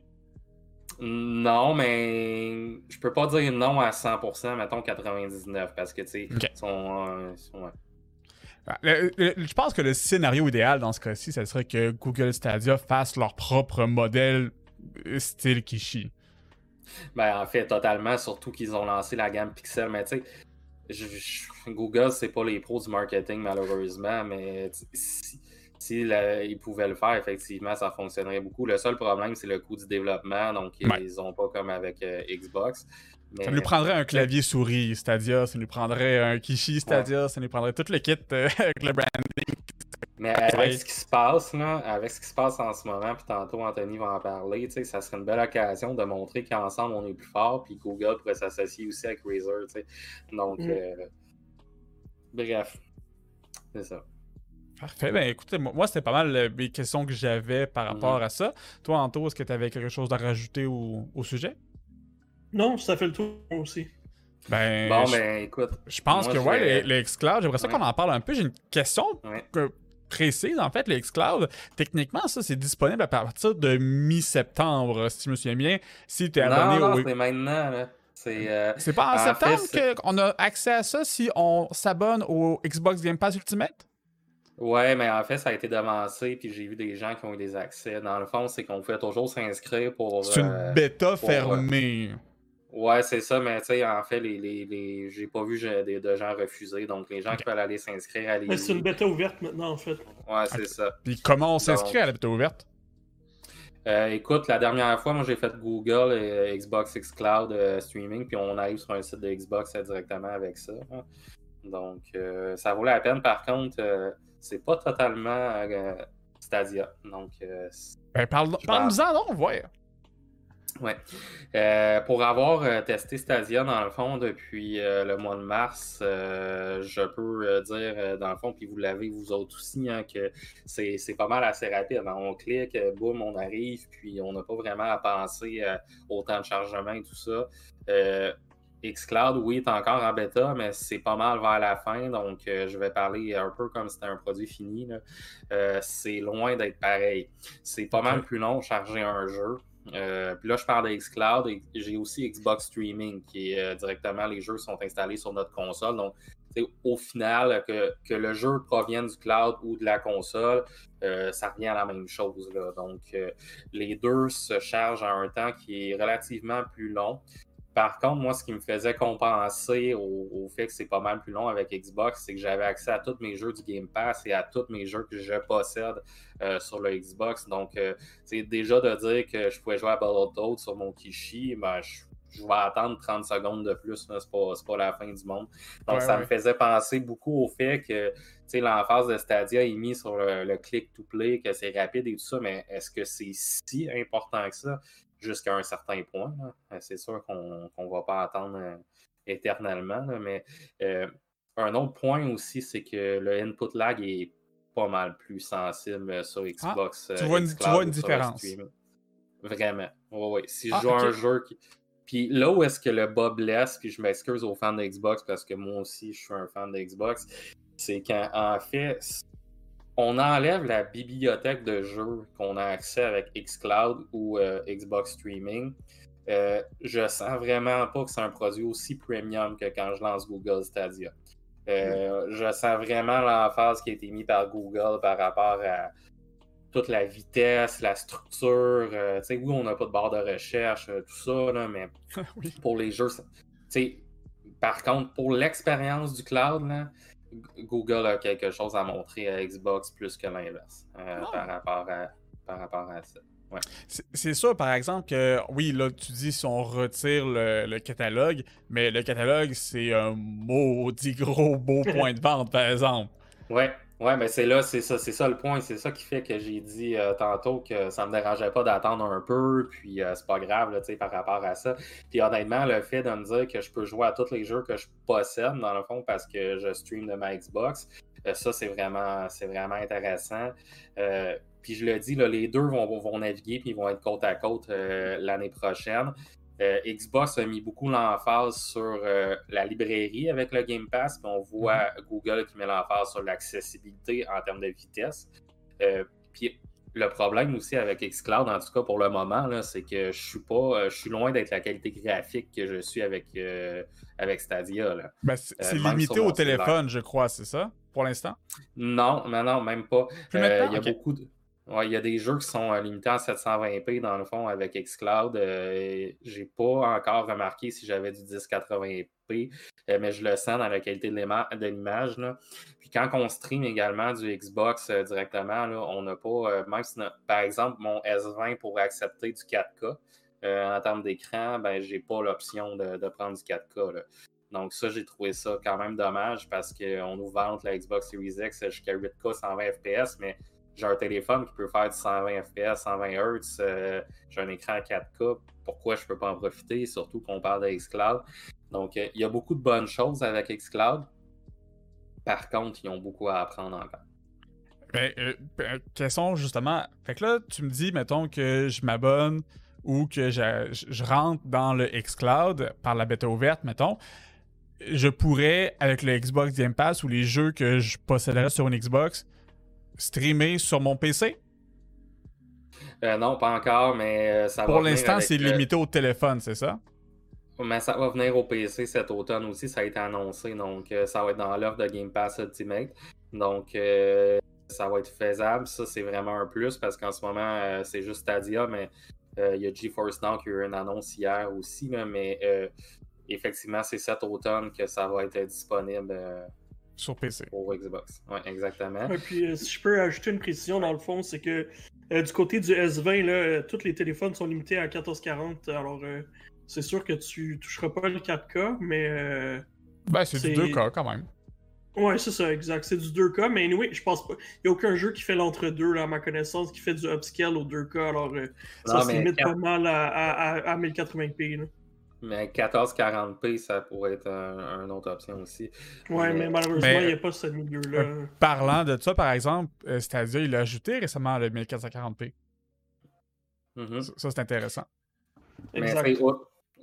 Non, mais je peux pas dire non à cent pour cent, mettons quatre-vingt-dix-neuf, parce que, tu sais, Ok. ils sont, euh, sont- ouais. Ah, le- le- je pense que le scénario idéal dans ce cas-ci, ce serait que Google Stadia fasse leur propre modèle euh, style Kishi. Ben, en fait, totalement, surtout qu'ils ont lancé la gamme Pixel, mais tu sais, je- je- Google, c'est pas les pros du marketing, malheureusement, mais tu- si, si la- ils pouvaient le faire, effectivement, ça fonctionnerait beaucoup. Le seul problème, c'est le coût du développement, donc Ouais. ils ont pas comme avec euh, Xbox. Mais, Ça nous prendrait un clavier souris Stadia, ça nous prendrait un Kishi Stadia, ça nous prendrait tout le kit euh, avec le branding. mais avec Ouais. ce qui se passe, là, avec ce qui se passe en ce moment, puis tantôt Anthony va en parler, tu sais, ça serait une belle occasion de montrer qu'ensemble on est plus fort, puis Google pourrait s'associer aussi avec Razer, tu sais. Donc, Mm. euh, bref, c'est ça. Parfait, ben écoutez, moi, moi, c'était pas mal euh, les questions que j'avais par rapport Mhm. à ça. Toi, Anto, est-ce que tu avais quelque chose à rajouter au, au sujet? Non, ça fait le tour aussi. Ben, Bon, je, ben, écoute. je pense moi, que je ouais, vais- les, les xCloud, j'aimerais ça Ouais. qu'on en parle un peu. J'ai une question Ouais. que- précise, en fait, les xCloud. Techniquement, ça, c'est disponible à partir de mi-septembre, si je me souviens bien. Si tu es abonné Non, non, au... c'est maintenant, là. C'est... euh, C'est pas en en septembre fait, c'est- que- qu'on a accès à ça si on s'abonne au Xbox Game Pass Ultimate? Ouais, mais en fait, ça a été devancé, puis j'ai vu des gens qui ont eu des accès. Dans le fond, c'est qu'on fait toujours s'inscrire pour... C'est euh, une bêta pour, fermée. Ouais, c'est ça, mais tu sais, en fait, les, les, les... j'ai pas vu je- de, de gens refuser. Donc, les gens qui veulent aller s'inscrire, allez Mais c'est une bêta ouverte maintenant, en fait. Ouais, c'est Ok. ça. Puis comment on s'inscrit à la bêta ouverte? Euh, écoute, la dernière fois, moi, j'ai fait Google et Xbox xCloud euh, streaming, puis on arrive sur un site de Xbox euh, directement avec ça. Hein. Donc, euh, ça vaut la peine. Par contre, euh, c'est pas totalement euh, Stadia. Donc, euh, Ben, parle- Je parle-nous-en donc, ouais. ouais. Euh, pour avoir euh, testé Stadia, dans le fond, depuis euh, le mois de mars, euh, je peux euh, dire, euh, dans le fond, puis vous l'avez vous autres aussi, hein, que c'est c'est pas mal assez rapide. Hein. On clique, euh, boum, on arrive, puis on n'a pas vraiment à penser euh, au temps de chargement et tout ça. Euh, xCloud, oui, est encore en bêta, mais c'est pas mal vers la fin, donc euh, je vais parler un peu comme si c'était un produit fini. Là. Euh, c'est loin d'être pareil. C'est pas okay. mal plus long charger un jeu. Euh, puis là, je parle de xCloud et j'ai aussi Xbox Streaming, qui est euh, directement, les jeux sont installés sur notre console. Donc, au final, que, que le jeu provienne du cloud ou de la console, euh, ça revient à la même chose. Là. Donc, euh, les deux se chargent à un temps qui est relativement plus long. Par contre, moi, ce qui me faisait compenser au, au fait que c'est pas mal plus long avec Xbox, c'est que j'avais accès à tous mes jeux du Game Pass et à tous mes jeux que je possède euh, sur le Xbox. Donc, euh, c'est déjà de dire que je pouvais jouer à Battletoads sur mon Kishi, ben, je, je vais attendre trente secondes de plus, là, c'est pas, c'est pas la fin du monde. Donc, ouais, ça ouais. me faisait penser beaucoup au fait que l'emphase de Stadia est mise sur le, le click-to-play, que c'est rapide et tout ça, mais est-ce que c'est si important que ça? Jusqu'à un certain point. Là. C'est sûr qu'on ne va pas attendre euh, éternellement, là, mais euh, un autre point aussi, c'est que le input lag est pas mal plus sensible sur Xbox. Ah, tu, vois une, tu vois une différence. Vraiment. Ouais, ouais. Si je ah, joue okay. à un jeu qui... Puis là où est-ce que le bas blesse, puis je m'excuse aux fans de Xbox parce que moi aussi je suis un fan de Xbox, c'est qu'en fait, on enlève la bibliothèque de jeux qu'on a accès avec xCloud ou euh, Xbox Streaming. Euh, je sens vraiment pas que c'est un produit aussi premium que quand je lance Google Stadia. Euh, je sens vraiment l'emphase qui a été mise par Google par rapport à toute la vitesse, la structure. Euh, tu sais, oui, on n'a pas de barre de recherche, euh, tout ça, là, mais oui. Pour les jeux, tu sais, par contre, pour l'expérience du cloud, là, Google a quelque chose à montrer à Xbox plus que l'inverse euh, oh. par, rapport à, par rapport à ça. Ouais. C'est sûr, par exemple, que oui, là, tu dis si on retire le, le catalogue, mais le catalogue, c'est un maudit gros beau point de vente, par exemple. Ouais. Ouais, mais c'est là, c'est ça, c'est ça le point. C'est ça qui fait que j'ai dit euh, tantôt que ça me dérangeait pas d'attendre un peu, puis euh, c'est pas grave là, par rapport à ça. Puis honnêtement, le fait de me dire que je peux jouer à tous les jeux que je possède, dans le fond, parce que je stream de ma Xbox, euh, ça, c'est vraiment, c'est vraiment intéressant. Euh, puis je le dis, là, les deux vont, vont naviguer, puis ils vont être côte à côte euh, l'année prochaine. Euh, Xbox a mis beaucoup l'emphase sur euh, la librairie avec le Game Pass, puis on voit mm-hmm. Google qui met l'emphase sur l'accessibilité en termes de vitesse. Euh, puis le problème aussi avec xCloud, en tout cas pour le moment, là, c'est que je suis pas, je suis loin d'être la qualité graphique que je suis avec, euh, avec Stadia. Là. Ben, c'est euh, limité au téléphone, je crois, c'est ça, pour l'instant? Non, non, non, même pas. Il euh, y a okay. beaucoup de... Ouais, il y a des jeux qui sont euh, limités en sept cent vingt p dans le fond avec xCloud. Euh, j'ai pas encore remarqué si j'avais du dix quatre-vingts p, euh, mais je le sens dans la qualité de l'image. Là. Puis quand on stream également du Xbox euh, directement, là, on n'a pas, euh, même si, par exemple, mon S vingt pourrait accepter du quatre K euh, en termes d'écran, ben j'ai pas l'option de, de prendre du quatre K. Là. Donc ça, j'ai trouvé ça quand même dommage parce qu'on nous vante la Xbox Series X jusqu'à huit K cent vingt F P S, mais j'ai un téléphone qui peut faire du cent vingt F P S, cent vingt Hertz, euh, j'ai un écran quatre K, pourquoi je ne peux pas en profiter, surtout qu'on parle de xCloud. Donc, euh, il y a beaucoup de bonnes choses avec xCloud. Par contre, ils ont beaucoup à apprendre encore. Ben, euh, question justement, fait que là, tu me dis, mettons, que je m'abonne ou que je, je rentre dans le xCloud par la bêta ouverte, mettons, je pourrais, avec le Xbox Game Pass ou les jeux que je posséderais sur une Xbox, streamer sur mon P C? Euh, non, pas encore, mais euh, ça Pour va venir. Pour l'instant, c'est euh... limité au téléphone, c'est ça? Mais ça va venir au P C cet automne aussi, ça a été annoncé, donc euh, ça va être dans l'offre de Game Pass Ultimate. Donc, euh, ça va être faisable. Ça, c'est vraiment un plus parce qu'en ce moment, euh, c'est juste Stadia, mais il y a GeForce Now qui a eu une annonce hier aussi, là, mais euh, effectivement, c'est cet automne que ça va être disponible. Euh, Sur P C. Pour Xbox, oui, exactement. Et puis, euh, si je peux ajouter une précision, dans le fond, c'est que euh, du côté du S vingt, là, euh, tous les téléphones sont limités à quatorze quarante. Alors, euh, c'est sûr que tu toucheras pas le quatre K, mais... Euh, ben, c'est, c'est du deux K quand même. Ouais, c'est ça, exact. C'est du deux K, mais anyway, je pense pas... Il n'y a aucun jeu qui fait l'entre-deux, là, à ma connaissance, qui fait du upscale au deux K. Alors, euh, ça non, se limite quatre... pas mal à, à, à mille quatre-vingts p, là. Mais quatorze quarante p, ça pourrait être un, une autre option aussi. Ouais, mais, mais malheureusement, il mais, n'y a pas ce milieu-là. Euh, parlant de ça, par exemple, euh, Stadia, il a ajouté récemment le mille quatre cent quarante p. Mm-hmm. Ça, ça, c'est intéressant. Mais exact.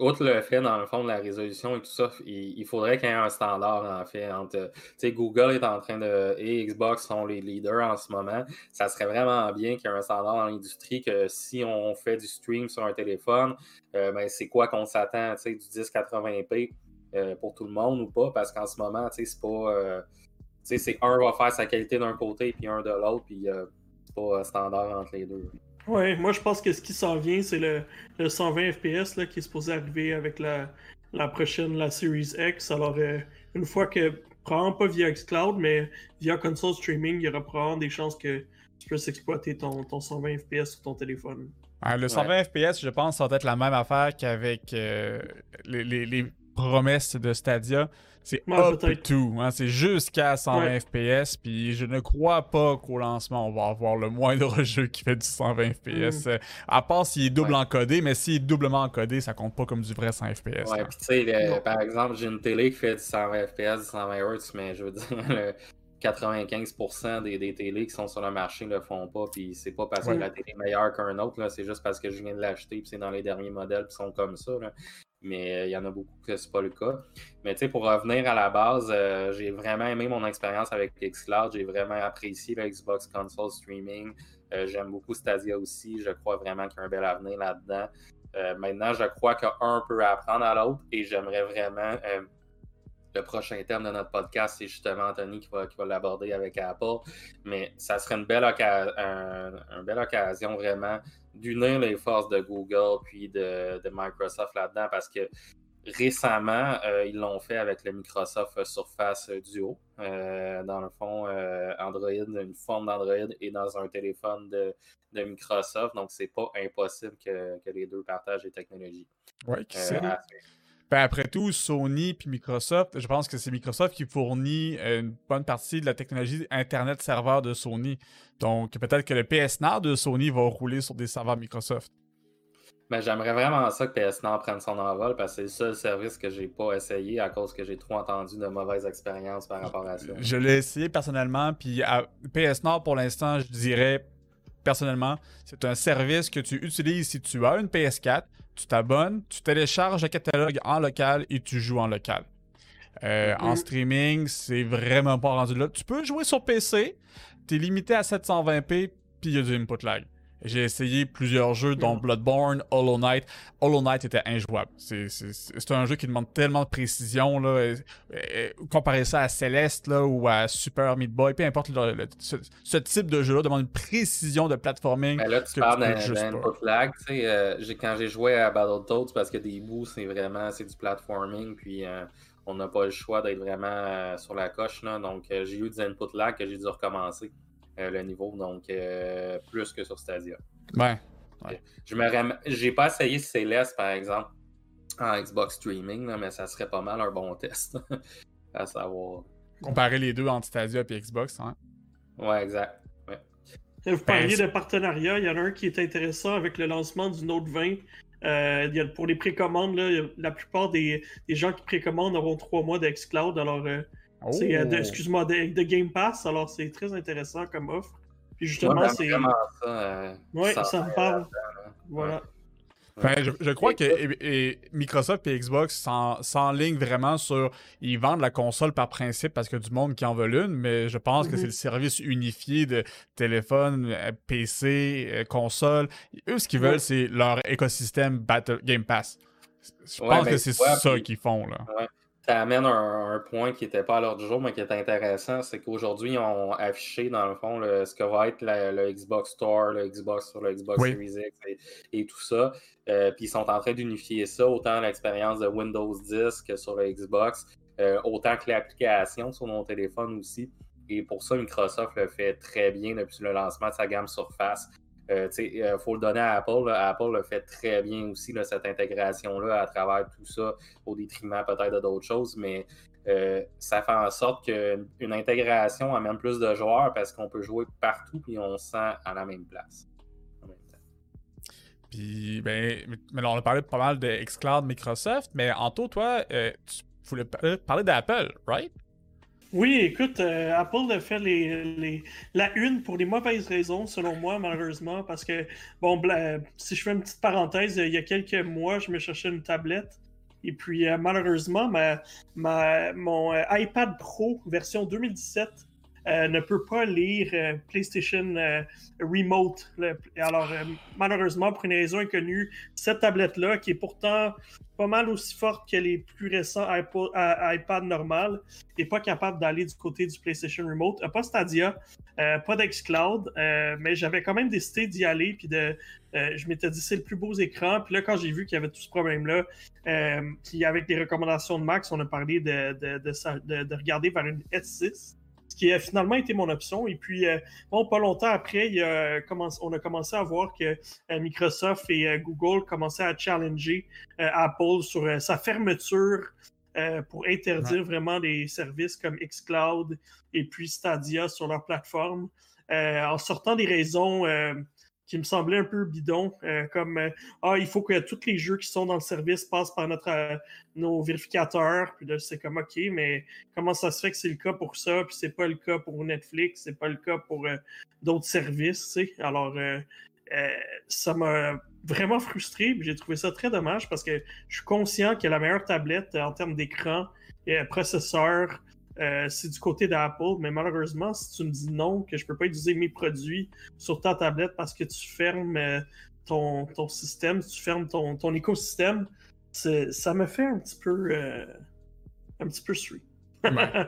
outre le fait, dans le fond, de la résolution et tout ça, il, il faudrait qu'il y ait un standard, en fait, entre, tu sais, Google est en train de, et Xbox sont les leaders en ce moment. Ça serait vraiment bien qu'il y ait un standard dans l'industrie que si on fait du stream sur un téléphone, euh, ben, c'est quoi qu'on s'attend, tu sais, du dix quatre-vingts p euh, pour tout le monde ou pas, parce qu'en ce moment, tu sais, c'est pas, euh, tu sais, c'est un va faire sa qualité d'un côté puis un de l'autre, puis euh, c'est pas standard entre les deux. Ouais, moi je pense que ce qui s'en vient, c'est le, le cent vingt F P S là, qui est supposé arriver avec la, la prochaine, la Series X. Alors, euh, une fois que, probablement pas via xCloud, mais via console streaming, il y aura probablement des chances que tu puisses exploiter ton, ton cent vingt F P S sur ton téléphone. Ouais, le cent vingt Ouais. F P S, je pense, ça va être la même affaire qu'avec euh, les, les, les promesses de Stadia. C'est Ouais, up peut-être. to, hein, c'est jusqu'à cent vingt Ouais. F P S, puis je ne crois pas qu'au lancement, on va avoir le moindre jeu qui fait du cent vingt F P S, Mm. euh, à part s'il est double Ouais. encodé, mais s'il est doublement encodé, ça compte pas comme du vrai cent F P S. Ouais, là. puis tu sais, le- Non. par exemple, j'ai une télé qui fait du cent vingt F P S, du cent vingt Hz, mais je veux dire, le quatre-vingt-quinze pour cent des, des télés qui sont sur le marché ne le font pas, puis c'est pas parce Ouais. que la télé est meilleure qu'un autre, là, c'est juste parce que je viens de l'acheter, puis c'est dans les derniers modèles qui sont comme ça, là. Mais euh, il y en a beaucoup que c'est pas le cas. Mais tu sais, pour revenir à la base, euh, j'ai vraiment aimé mon expérience avec xCloud, j'ai vraiment apprécié le Xbox Console Streaming, euh, j'aime beaucoup Stadia aussi, je crois vraiment qu'il y a un bel avenir là-dedans. Euh, maintenant, je crois qu'un peut apprendre à l'autre et j'aimerais vraiment. Euh, le prochain thème de notre podcast, c'est justement Anthony qui va, qui va l'aborder avec Apple. Mais ça serait une belle, oca- un, une belle occasion vraiment d'unir les forces de Google puis de, de Microsoft là-dedans parce que récemment, euh, ils l'ont fait avec le Microsoft Surface Duo. Euh, dans le fond, euh, Android, une forme d'Android et dans un téléphone de, de Microsoft. Donc, c'est pas impossible que, que les deux partagent les technologies. Ouais, qui Euh, sait? à- Ben, après tout, Sony puis Microsoft, je pense que c'est Microsoft qui fournit euh, une bonne partie de la technologie Internet serveur de Sony. Donc, peut-être que le P S N A de Sony va rouler sur des serveurs Microsoft. Ben, j'aimerais vraiment ça que P S Nord prenne son envol parce que c'est le seul service que j'ai pas essayé à cause que j'ai trop entendu de mauvaises expériences par rapport à ça. Je l'ai essayé personnellement, puis à P S Nord, pour l'instant, je dirais personnellement, c'est un service que tu utilises si tu as une P S quatre, tu t'abonnes, tu télécharges le catalogue en local et tu joues en local. Euh, Mhm. En streaming, c'est vraiment pas rendu là. Tu peux jouer sur P C, t'es limité à sept cent vingt p, puis il y a du input lag. J'ai essayé plusieurs jeux, dont Mhm. Bloodborne, Hollow Knight. Hollow Knight était injouable. C'est, c'est, c'est un jeu qui demande tellement de précision. Là. Euh, euh, comparer ça à Celeste là, ou à Super Meat Boy, peu importe, le- le- ce, ce type de jeu-là demande une précision de platforming Ben là, tu que parles tu peux d'un juste d'un pas. input lag. Tu sais, euh, j'ai- quand j'ai joué à Battletoads, parce que des bouts, c'est vraiment c'est du platforming, puis euh, on n'a pas le choix d'être vraiment euh, sur la coche. Là, donc, euh, j'ai eu des input lag que j'ai dû recommencer euh, le niveau, donc euh, plus que sur Stadia. Ouais. Ouais. Je me ram- J'ai pas essayé Céleste, par exemple, en Xbox Streaming, là, mais ça serait pas mal un bon test à savoir. Comparer les deux entre Stadia et Xbox, hein. Ouais, exact. Ouais. Vous parliez Ben, de partenariat, il y en a un qui est intéressant avec le lancement du Note vingt. Euh, il y a, pour les précommandes, là, il y a- la plupart des, des gens qui précommandent auront trois mois d'xCloud. Alors, euh, Oh. c'est euh, de- excuse-moi, de, de Game Pass. Alors, c'est très intéressant comme offre. Puis Moi, justement, j'aime c'est. vraiment ça. euh, Ouais, ça- ça me parle. Voilà. Ben, je, je crois que Écoute, et- et Microsoft et Xbox s'en- s'enlignent vraiment sur. Ils vendent la console par principe parce qu'il y a du monde qui en veut une, mais je pense que Mhm. c'est le service unifié de téléphone, euh, P C, euh, console. Eux, ce qu'ils Ouais. veulent, c'est leur écosystème Battle Game Pass. Je Ouais, pense ben, que tu c'est vois, ça puis- qu'ils font, là. ouais. Ça amène un, un point qui n'était pas à l'ordre du jour, mais qui est intéressant, c'est qu'aujourd'hui, ils ont affiché, dans le fond, le- ce que va être la- le Xbox Store, le Xbox sur le Xbox Oui. Series X et, et tout ça. Euh, puis ils sont en train d'unifier ça, autant l'expérience de Windows dix que sur le Xbox, euh, autant que l'application sur mon téléphone aussi. Et pour ça, Microsoft le fait très bien depuis le lancement de sa gamme Surface. Il euh, faut le donner à Apple. Là. Apple le fait très bien aussi, là, cette intégration-là, à travers tout ça, au détriment peut-être de d'autres choses, mais euh, ça fait en sorte qu'une intégration amène plus de joueurs parce qu'on peut jouer partout et on se sent à la même place. En même temps. Puis, ben, mais là, on a parlé pas mal de xCloud Microsoft, mais Anto, toi, euh, tu voulais pa- parler d'Apple, right? Oui, écoute, euh, Apple a fait les, les, la une pour les mauvaises raisons, selon moi, malheureusement, parce que, bon, bla- si je fais une petite parenthèse, il y a quelques mois, je me cherchais une tablette, et puis euh, malheureusement, ma, ma, mon euh, iPad Pro version deux mille dix-sept euh, ne peut pas lire euh, PlayStation euh, Remote. Le- alors, euh, malheureusement, pour une raison inconnue, cette tablette-là, qui est pourtant pas mal aussi forte que les plus récents iPod, euh, iPad normales, n'est pas capable d'aller du côté du PlayStation Remote. Euh, pas Stadia, euh, pas d'xCloud, euh, mais j'avais quand même décidé d'y aller. Puis de, euh, je m'étais dit, c'est le plus beau écran. Puis là, quand j'ai vu qu'il y avait tout ce problème-là, euh, puis avec les recommandations de Max, on a parlé de, de, de, de, de regarder vers une S six. Ce qui a finalement été mon option. Et puis, euh, bon, pas longtemps après, il a commencé, on a commencé à voir que euh, Microsoft et euh, Google commençaient à challenger euh, Apple sur euh, sa fermeture euh, pour interdire ouais. vraiment des services comme xCloud et puis Stadia sur leur plateforme, euh, en sortant des raisons euh, qui me semblaient un peu bidons, euh, comme euh, ah, il faut que tous les jeux qui sont dans le service passent par notre, euh, nos vérificateurs. Puis là, c'est comme OK, mais comment ça se fait que c'est le cas pour ça, puis c'est pas le cas pour Netflix, c'est pas le cas pour euh, d'autres services, tu sais. Alors, euh, euh, ça m'a vraiment frustré, puis j'ai trouvé ça très dommage parce que je suis conscient que la meilleure tablette en termes d'écran et processeur, Euh, c'est du côté d'Apple, mais malheureusement, si tu me dis non, que je peux pas utiliser mes produits sur ta tablette parce que tu fermes euh, ton, ton système, tu fermes ton, ton écosystème, ça me fait un petit peu euh, un petit peu sweet. Ouais.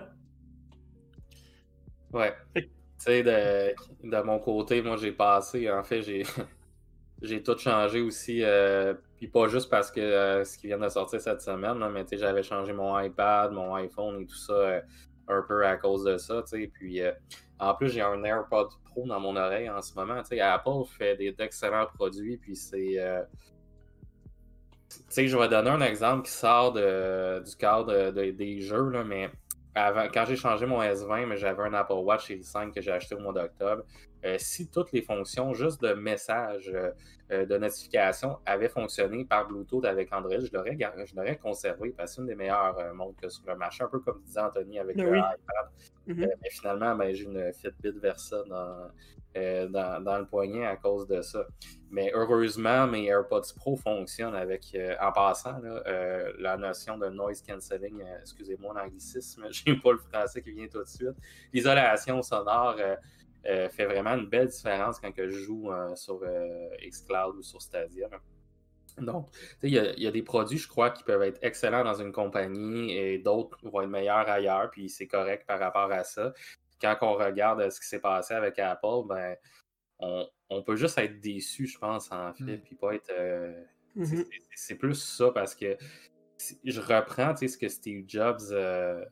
Ouais. Tu sais, de, de mon côté, moi j'ai passé, en fait, j'ai j'ai tout changé aussi, euh, puis pas juste parce que euh, ce qui vient de sortir cette semaine, là, mais j'avais changé mon iPad, mon iPhone et tout ça euh, un peu à cause de ça, t'sais. Puis euh, en plus j'ai un AirPod Pro dans mon oreille en ce moment, t'sais. Apple fait des, d'excellents produits, puis c'est... Euh... Tu sais, je vais donner un exemple qui sort de, du cadre de, de, des jeux, là, mais avant, quand j'ai changé mon S vingt, mais j'avais un Apple Watch Series cinq que j'ai acheté au mois d'octobre. Euh, si toutes les fonctions juste de message, euh, de notification avaient fonctionné par Bluetooth avec Android, je l'aurais, je l'aurais conservé parce que c'est une des meilleures euh, montres que sur le marché, un peu comme disait Anthony avec oui. le iPad. Mm-hmm. Euh, mais finalement, ben, j'ai une Fitbit Versa dans, euh, dans, dans le poignet à cause de ça. Mais heureusement, mes AirPods Pro fonctionnent avec, euh, en passant, là, euh, la notion de noise cancelling, euh, excusez-moi l'anglicisme, j'ai pas le français qui vient tout de suite. L'isolation sonore euh, euh, fait vraiment une belle différence quand que je joue euh, sur euh, xCloud ou sur Stadia. Là. Donc, il y, y a des produits, je crois, qui peuvent être excellents dans une compagnie et d'autres vont être meilleurs ailleurs, puis c'est correct par rapport à ça. Quand on regarde ce qui s'est passé avec Apple, ben on, on peut juste être déçu, je pense, en fait, mm. puis pas être... Euh, mm-hmm. c'est, c'est, c'est plus ça, parce que je reprends ce que Steve Jobs euh,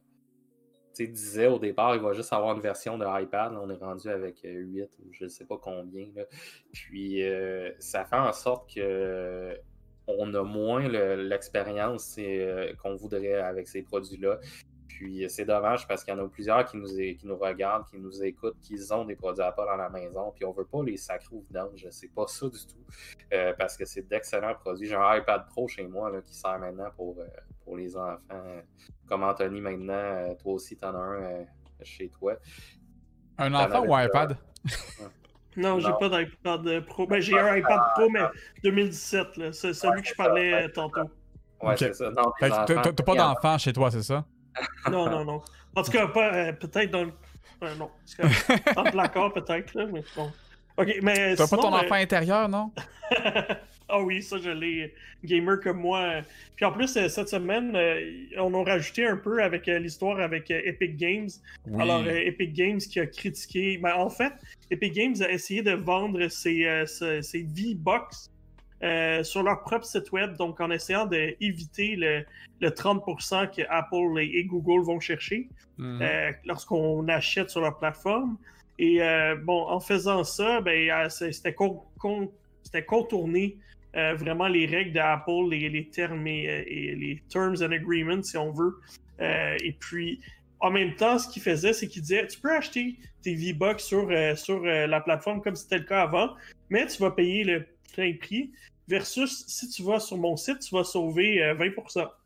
disait au départ, il va juste avoir une version de iPad, là, on est rendu avec huit ou je ne sais pas combien, là. Puis euh, ça fait en sorte que on a moins le, l'expérience euh, qu'on voudrait avec ces produits-là. Puis c'est dommage parce qu'il y en a plusieurs qui nous, qui nous regardent, qui nous écoutent, qui ont des produits Apple dans la maison, puis on veut pas les sacrer au vidange. C'est pas ça du tout, euh, parce que c'est d'excellents produits. J'ai un iPad Pro chez moi là, qui sert maintenant pour, euh, pour les enfants. Comme Anthony maintenant, euh, toi aussi t'en as un euh, chez toi. Un enfant ou un iPad? Non, j'ai non. pas d'iPad Pro. Ben, j'ai un iPad Pro, mais deux mille dix-sept, là. C'est celui ouais, que je parlais ça. tantôt. Ouais, okay. c'est ça. Non, fait que t'as, t'as pas d'enfant chez toi, c'est ça? Non, non, non. En tout cas, pas, euh, peut-être dans le... Euh, non, dans le placard, peut-être, là, mais bon. OK, mais t'as sinon, pas ton euh... enfant intérieur, non? Ah oh oui, ça, je l'ai. Gamer comme moi. Puis en plus, cette semaine, on a rajouté un peu avec l'histoire avec Epic Games. Oui. Alors, Epic Games qui a critiqué... Ben, en fait, Epic Games a essayé de vendre ses, ses, ses V-Bucks euh, sur leur propre site web, donc en essayant d'éviter le, le trente pour cent que Apple et, et Google vont chercher mm-hmm. euh, lorsqu'on achète sur leur plateforme. Et euh, bon, en faisant ça, ben, c'était, con, con, c'était contourné euh, vraiment les règles d'Apple, les, les termes et, et les terms and agreements, si on veut. Euh, et puis, en même temps, ce qu'il faisait, c'est qu'il disait, tu peux acheter tes V-Bucks sur, euh, sur euh, la plateforme comme c'était le cas avant, mais tu vas payer le plein prix, versus si tu vas sur mon site, tu vas sauver euh, vingt pour cent.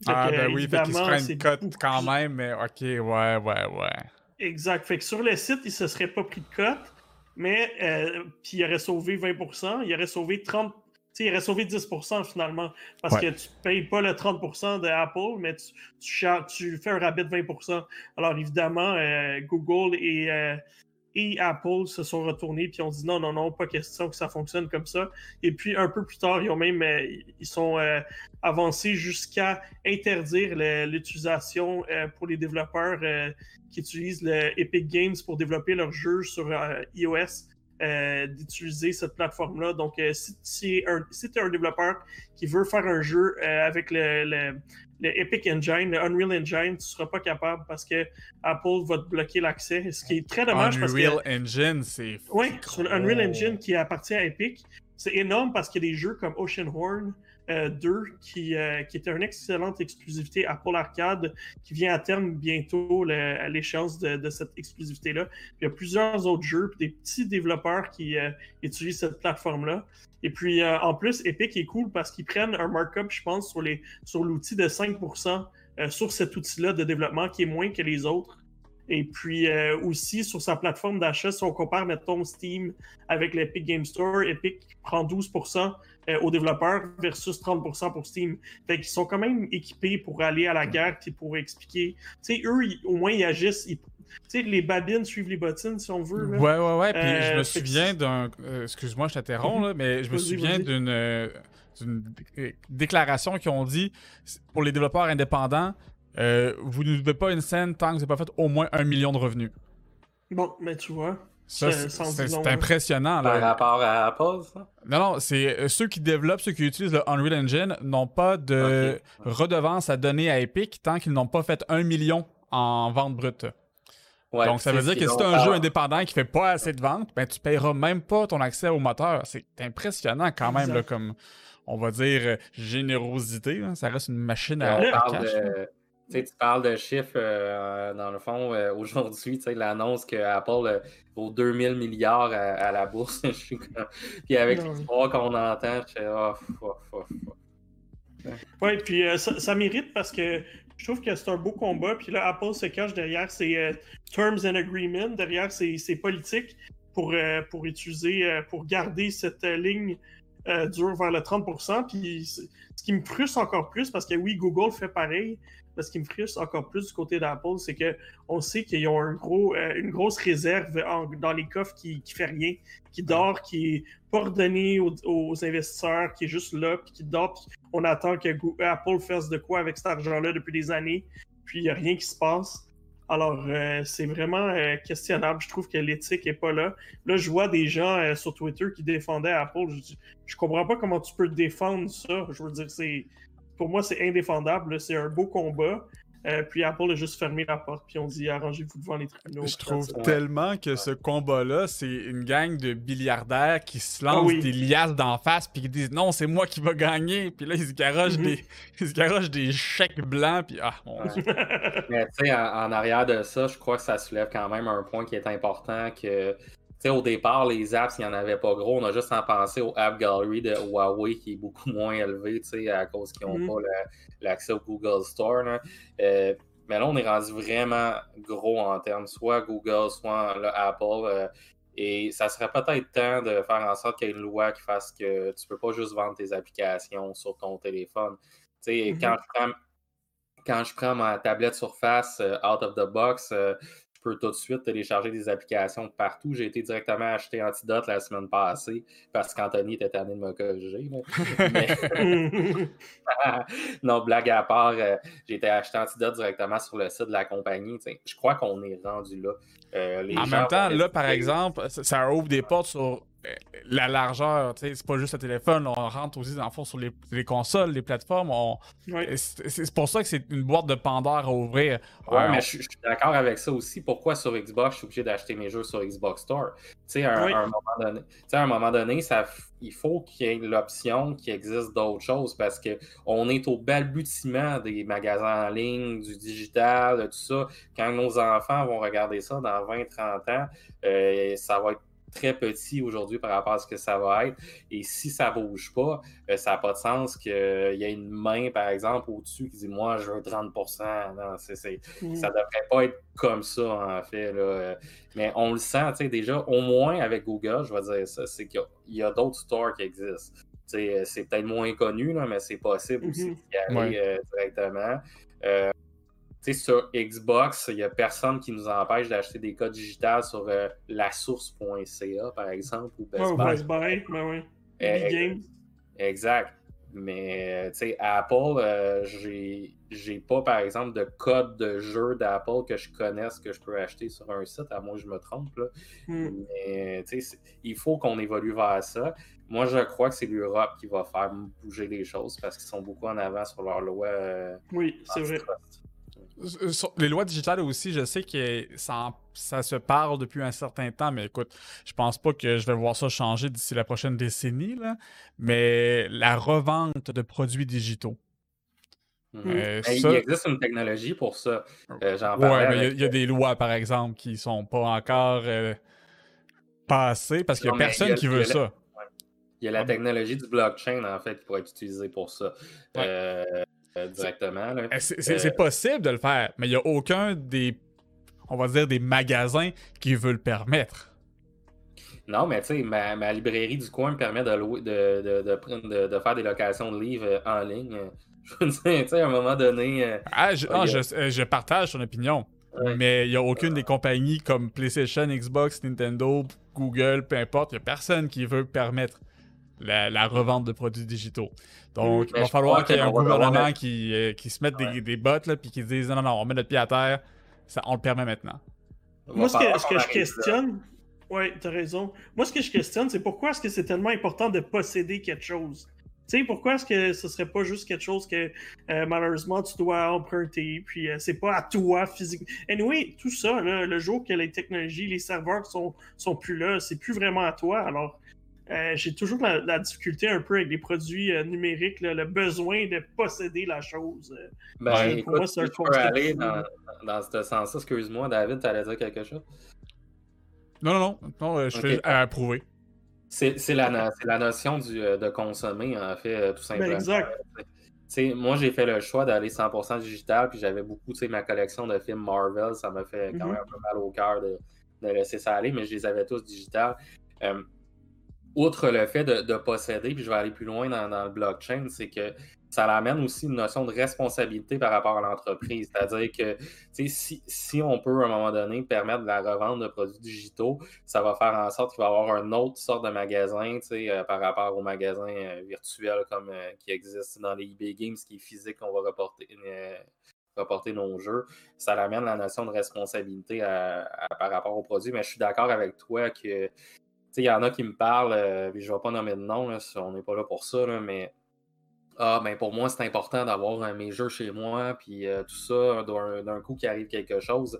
Ah, que, ben oui, fait qu'ils se évidemment, prennent c'est une cote beaucoup quand plus- même, mais ok, ouais, ouais, ouais. Exact. Fait que sur le site, il se serait pas pris de cote, mais euh, puis il aurait sauvé vingt pour cent, il aurait sauvé trente, tu sais, il aurait sauvé dix pour cent finalement, parce Ouais. que tu payes pas le trente pour cent de Apple, mais tu, tu, cha- tu fais un rabais de vingt pour cent. Alors évidemment, euh, Google et, euh, et Apple se sont retournés puis ont dit non, non, non, pas question que ça fonctionne comme ça. Et puis un peu plus tard, ils ont même euh, ils sont euh, avancés jusqu'à interdire le- l'utilisation euh, pour les développeurs euh, qui utilisent le Epic Games pour développer leurs jeux sur euh, iOS. Euh, d'utiliser cette plateforme-là. Donc, euh, si tu es un, si un développeur qui veut faire un jeu euh, avec le, le, le Epic Engine, le Unreal Engine, tu ne seras pas capable parce que Apple va te bloquer l'accès, ce qui est très dommage parce que... Unreal Engine, c'est. Oui, c'est sur le gros. Unreal Engine qui appartient à Epic. C'est énorme parce qu'il y a des jeux comme Oceanhorn euh, deux qui, euh, qui était une excellente exclusivité Apple Arcade qui vient à terme bientôt le, à l'échéance de, de cette exclusivité-là. Puis il y a plusieurs autres jeux, puis des petits développeurs qui euh, utilisent cette plateforme-là. Et puis euh, en plus, Epic est cool parce qu'ils prennent un markup, je pense, sur, les, sur l'outil de cinq pour cent euh, sur cet outil-là de développement qui est moins que les autres. Et puis euh, aussi sur sa plateforme d'achat, si on compare, mettons, Steam avec l'Epic Game Store, Epic prend douze pour cent euh, aux développeurs versus trente pour cent pour Steam. Fait qu'ils sont quand même équipés pour aller à la guerre et pour expliquer. Tu sais, eux, ils, au moins, ils agissent. Tu sais, les babines suivent les bottines, si on veut. Là. Ouais, ouais, ouais. Puis Euh, je me fait que souviens c'est- d'un. euh, excuse-moi, je t'interromps, là, mais je me Vas-y, souviens vas-y. d'une. euh, d'une dé- déclaration qu'ils ont dit pour les développeurs indépendants. Euh, vous ne devez pas une scène tant que vous n'avez pas fait au moins un million de revenus. Bon, mais tu vois, Ça, ça, c'est ça en dit c'est- long, c'est hein. impressionnant. Par Là. rapport à Apple, ça? Non, non, c'est euh, ceux qui développent, ceux qui utilisent le Unreal Engine n'ont pas de Ok. redevance à donner à Epic tant qu'ils n'ont pas fait un million en vente brute. Ouais, Donc, ça veut dire que si tu as un jeu indépendant qui fait pas assez de ventes, ben, tu paieras même pas ton accès au moteur. C'est impressionnant quand même, Exact. là, comme, on va dire, euh, générosité. Là. Ça reste une machine On à, à parle cash. là. de, tu sais, tu parles de chiffres, euh, dans le fond, euh, aujourd'hui, tu sais, l'annonce que Apple euh, vaut deux mille milliards à, à la bourse. Je suis comme... Puis avec Non. l'histoire qu'on entend, je fais oh, oh, oh, oh. Oui, puis euh, ça, ça mérite parce que je trouve que c'est un beau combat. Puis là, Apple se cache derrière ses euh, Terms and Agreements, derrière ses, ses politiques pour, euh, pour utiliser, euh, pour garder cette euh, ligne euh, dure vers le trente pour cent. Puis c'est- ce qui me frustre encore plus, parce que oui, Google fait pareil, mais ce qui me frustre encore plus du côté d'Apple, c'est que on sait qu'ils ont un gros, euh, une grosse réserve en- dans les coffres qui, qui fait rien, qui dort, qui est pas redonné aux, aux investisseurs, qui est juste là, puis qui dort, puis on attend que Go- Apple fasse de quoi avec cet argent-là depuis des années, puis il n'y a rien qui se passe. Alors, euh, c'est vraiment euh, questionnable. Je trouve que l'éthique est pas là. Là, je vois des gens euh, sur Twitter qui défendaient Apple. Je, je comprends pas comment tu peux défendre ça. Je veux dire, c'est pour moi, c'est indéfendable. là. C'est un beau combat. Euh, puis Apple a juste fermé la porte, puis on dit arrangez-vous devant les tribunaux. Je trouve Ouais. tellement que ce combat-là, c'est une gang de milliardaires qui se lancent Ah oui. des liasses d'en face puis qui disent non, c'est moi qui va gagner. Puis là, ils se garochent, Mhm. des, ils se garochent des chèques blancs. Puis ah, mon Dieu. Mais tu sais, en, en arrière de ça, je crois que ça soulève quand même un point qui est important que, tu sais, au départ, les apps, il n'y en avait pas gros. On a juste en pensé au App Gallery de Huawei qui est beaucoup moins élevé, tu sais, à cause qu'ils n'ont Mhm. pas le- l'accès au Google Store. Là. Euh, mais là, on est rendu vraiment gros en termes, soit Google, soit le Apple. euh, et ça serait peut-être temps de faire en sorte qu'il y ait une loi qui fasse que tu peux pas juste vendre tes applications sur ton téléphone. Tu sais, Mhm. quand je prends quand je prends ma tablette Surface euh, out of the box, euh, je peux tout de suite télécharger des applications de partout. J'ai été directement acheter Antidote la semaine passée parce qu'Anthony était tanné de me corriger. là. Mais- non, blague à part, euh, j'ai été acheter Antidote directement sur le site de la compagnie. T'sais. Je crois qu'on est rendu là. Euh, les En gens même temps, vont là, par hésiter. exemple, ça, ça ouvre des portes sur euh, la largeur. Tu sais, c'est pas juste le téléphone. On rentre aussi, dans le fond, sur les, les consoles, les plateformes. On... Ouais. C'est c'est pour ça que c'est une boîte de Pandore à ouvrir. Ouais, Euh, mais on- je, je suis d'accord avec ça aussi. Pourquoi sur Xbox, je suis obligé d'acheter mes jeux sur Xbox Store? Tu sais, à un, Oui. à un moment donné, tu sais, à un moment donné, ça, f- il faut qu'il y ait l'option qu'il existe d'autres choses parce qu'on est au balbutiement des magasins en ligne, du digital, de tout ça. Quand nos enfants vont regarder ça dans vingt trente ans, euh, ça va être très petit aujourd'hui par rapport à ce que ça va être. Et si ça ne bouge pas, euh, ça n'a pas de sens qu'il y ait une main, par exemple, au-dessus qui dit « Moi, je veux trente pour cent. » Non, c'est, c'est, mm. ça ne devrait pas être comme ça, en fait. Là. Mais on le sent, tu sais, déjà, au moins avec Google, je vais dire ça, c'est qu'il y a, il y a d'autres stores qui existent. T'sais, c'est peut-être moins connu, là, mais c'est possible aussi mm-hmm. d'y aller ouais. euh, directement. Euh, sur Xbox, il n'y a personne qui nous empêche d'acheter des codes digitales sur euh, la source point c a, par exemple, ou Best oh, Buy. Best Buy, ben oui. Euh, Games. Exact. Mais, tu sais, Apple, euh, j'ai, j'ai pas, par exemple, de code de jeu d'Apple que je connaisse que je peux acheter sur un site, à moins que je me trompe, là. Mm. Mais, tu sais, il faut qu'on évolue vers ça. Moi, je crois que c'est l'Europe qui va faire bouger les choses parce qu'ils sont beaucoup en avant sur leurs lois. Euh, oui, c'est vrai. Les lois digitales aussi, je sais que ça, ça se parle depuis un certain temps, mais écoute, je pense pas que je vais voir ça changer d'ici la prochaine décennie, là, mais la revente de produits digitaux. Mmh. Euh, ça... Il existe une technologie pour ça. Euh, j'en ouais, mais il avec... y, y a des lois, par exemple, qui sont pas encore euh, passées parce qu'il y a non, personne y a, qui veut ça. La... Il y a la technologie du blockchain, en fait, qui pourrait être utilisée pour ça. Ouais. Euh... Euh, directement. Là. C'est, c'est, euh... c'est possible de le faire, mais il n'y a aucun des, on va dire, des magasins qui veut le permettre. Non, mais tu sais, ma, ma librairie du coin me permet de, louer, de, de, de, de, de faire des locations de livres en ligne. Je veux dire, tu sais, à un moment donné... Euh, ah, je, non, je, je partage ton opinion, ouais. mais il n'y a aucune des compagnies comme PlayStation, Xbox, Nintendo, Google, peu importe, il n'y a personne qui veut permettre la, la revente de produits digitaux. Donc, mmh, il va falloir qu'il y ait un gouvernement mettre... qui, euh, qui se mette ouais. des, des bottes et qui dise non, non, non, on met notre pied à terre, ça, on le permet maintenant. Moi, ce que, ce que je questionne, oui, tu as raison. Moi, ce que je questionne, c'est pourquoi est-ce que c'est tellement important de posséder quelque chose? Tu sais, pourquoi est-ce que ce serait pas juste quelque chose que euh, malheureusement tu dois emprunter, puis euh, c'est pas à toi physiquement. Anyway, tout ça, là, le jour que les technologies, les serveurs sont, sont plus là, c'est plus vraiment à toi. Alors, Euh, j'ai toujours la, la difficulté un peu avec les produits euh, numériques, là, le besoin de posséder la chose. Euh, ben, je, écoute, pour moi, c'est un tu peux aller dans, dans ce sens-là. Excuse-moi, David, tu allais dire quelque chose? Non, non, non. non euh, je okay. fais à approuver. C'est, c'est, la, c'est la notion du, de consommer, en fait, tout simplement. Ben, exact. T'sais, moi, j'ai fait le choix d'aller cent pour cent digital, puis j'avais beaucoup, tu sais, ma collection de films Marvel, ça m'a fait quand mm-hmm. même un peu mal au cœur de, de laisser ça aller, mais je les avais tous digital. Euh, Outre le fait de, de posséder, puis je vais aller plus loin dans, dans le blockchain, c'est que ça amène aussi une notion de responsabilité par rapport à l'entreprise. C'est-à-dire que si, si on peut, à un moment donné, permettre de la revente de produits digitaux, ça va faire en sorte qu'il va y avoir une autre sorte de magasin euh, par rapport aux magasins euh, virtuels comme euh, qui existent dans les eBay Games, qui est physique, qu'on va reporter, euh, reporter nos jeux. Ça amène la notion de responsabilité à, à, par rapport aux produits. Mais je suis d'accord avec toi que il y en a qui me parlent, euh, je ne vais pas nommer de nom, là, on n'est pas là pour ça, là, mais ah, ben pour moi, c'est important d'avoir euh, mes jeux chez moi, puis euh, tout ça, d'un, d'un coup qu'il arrive quelque chose.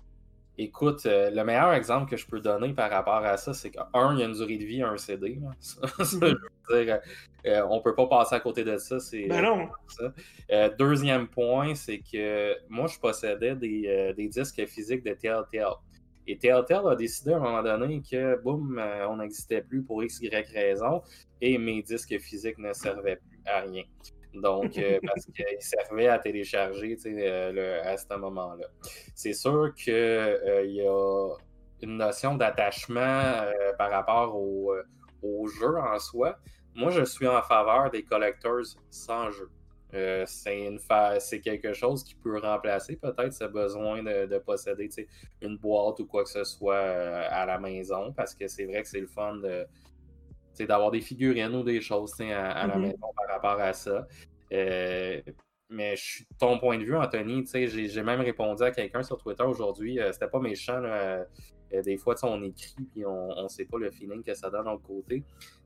Écoute, euh, le meilleur exemple que je peux donner par rapport à ça, c'est qu'un, il y a une durée de vie à un C D. Ça, ça, je veux dire, euh, on ne peut pas passer à côté de ça. C'est, ben non. Ça. Euh, deuxième point, c'est que moi, je possédais des, euh, des disques physiques de Telltale. Et Telltale a décidé à un moment donné que, boum, euh, on n'existait plus pour X, Y raison, et mes disques physiques ne servaient plus à rien. Donc, euh, parce qu'ils servaient à télécharger euh, le, à ce moment-là. C'est sûr qu'il euh, y a une notion d'attachement euh, par rapport au, euh, au jeu en soi. Moi, je suis en faveur des collectors sans jeu. Euh, c'est, une fa... c'est quelque chose qui peut remplacer peut-être ce besoin de, de posséder une boîte ou quoi que ce soit euh, à la maison, parce que c'est vrai que c'est le fun de, d'avoir des figurines ou des choses à, à mm-hmm. la maison par rapport à ça. Euh, mais je suis ton point de vue, Anthony, j'ai, j'ai même répondu à quelqu'un sur Twitter aujourd'hui, euh, c'était pas méchant, là, euh, des fois on écrit et on ne sait pas le feeling que ça donne de l'autre côté.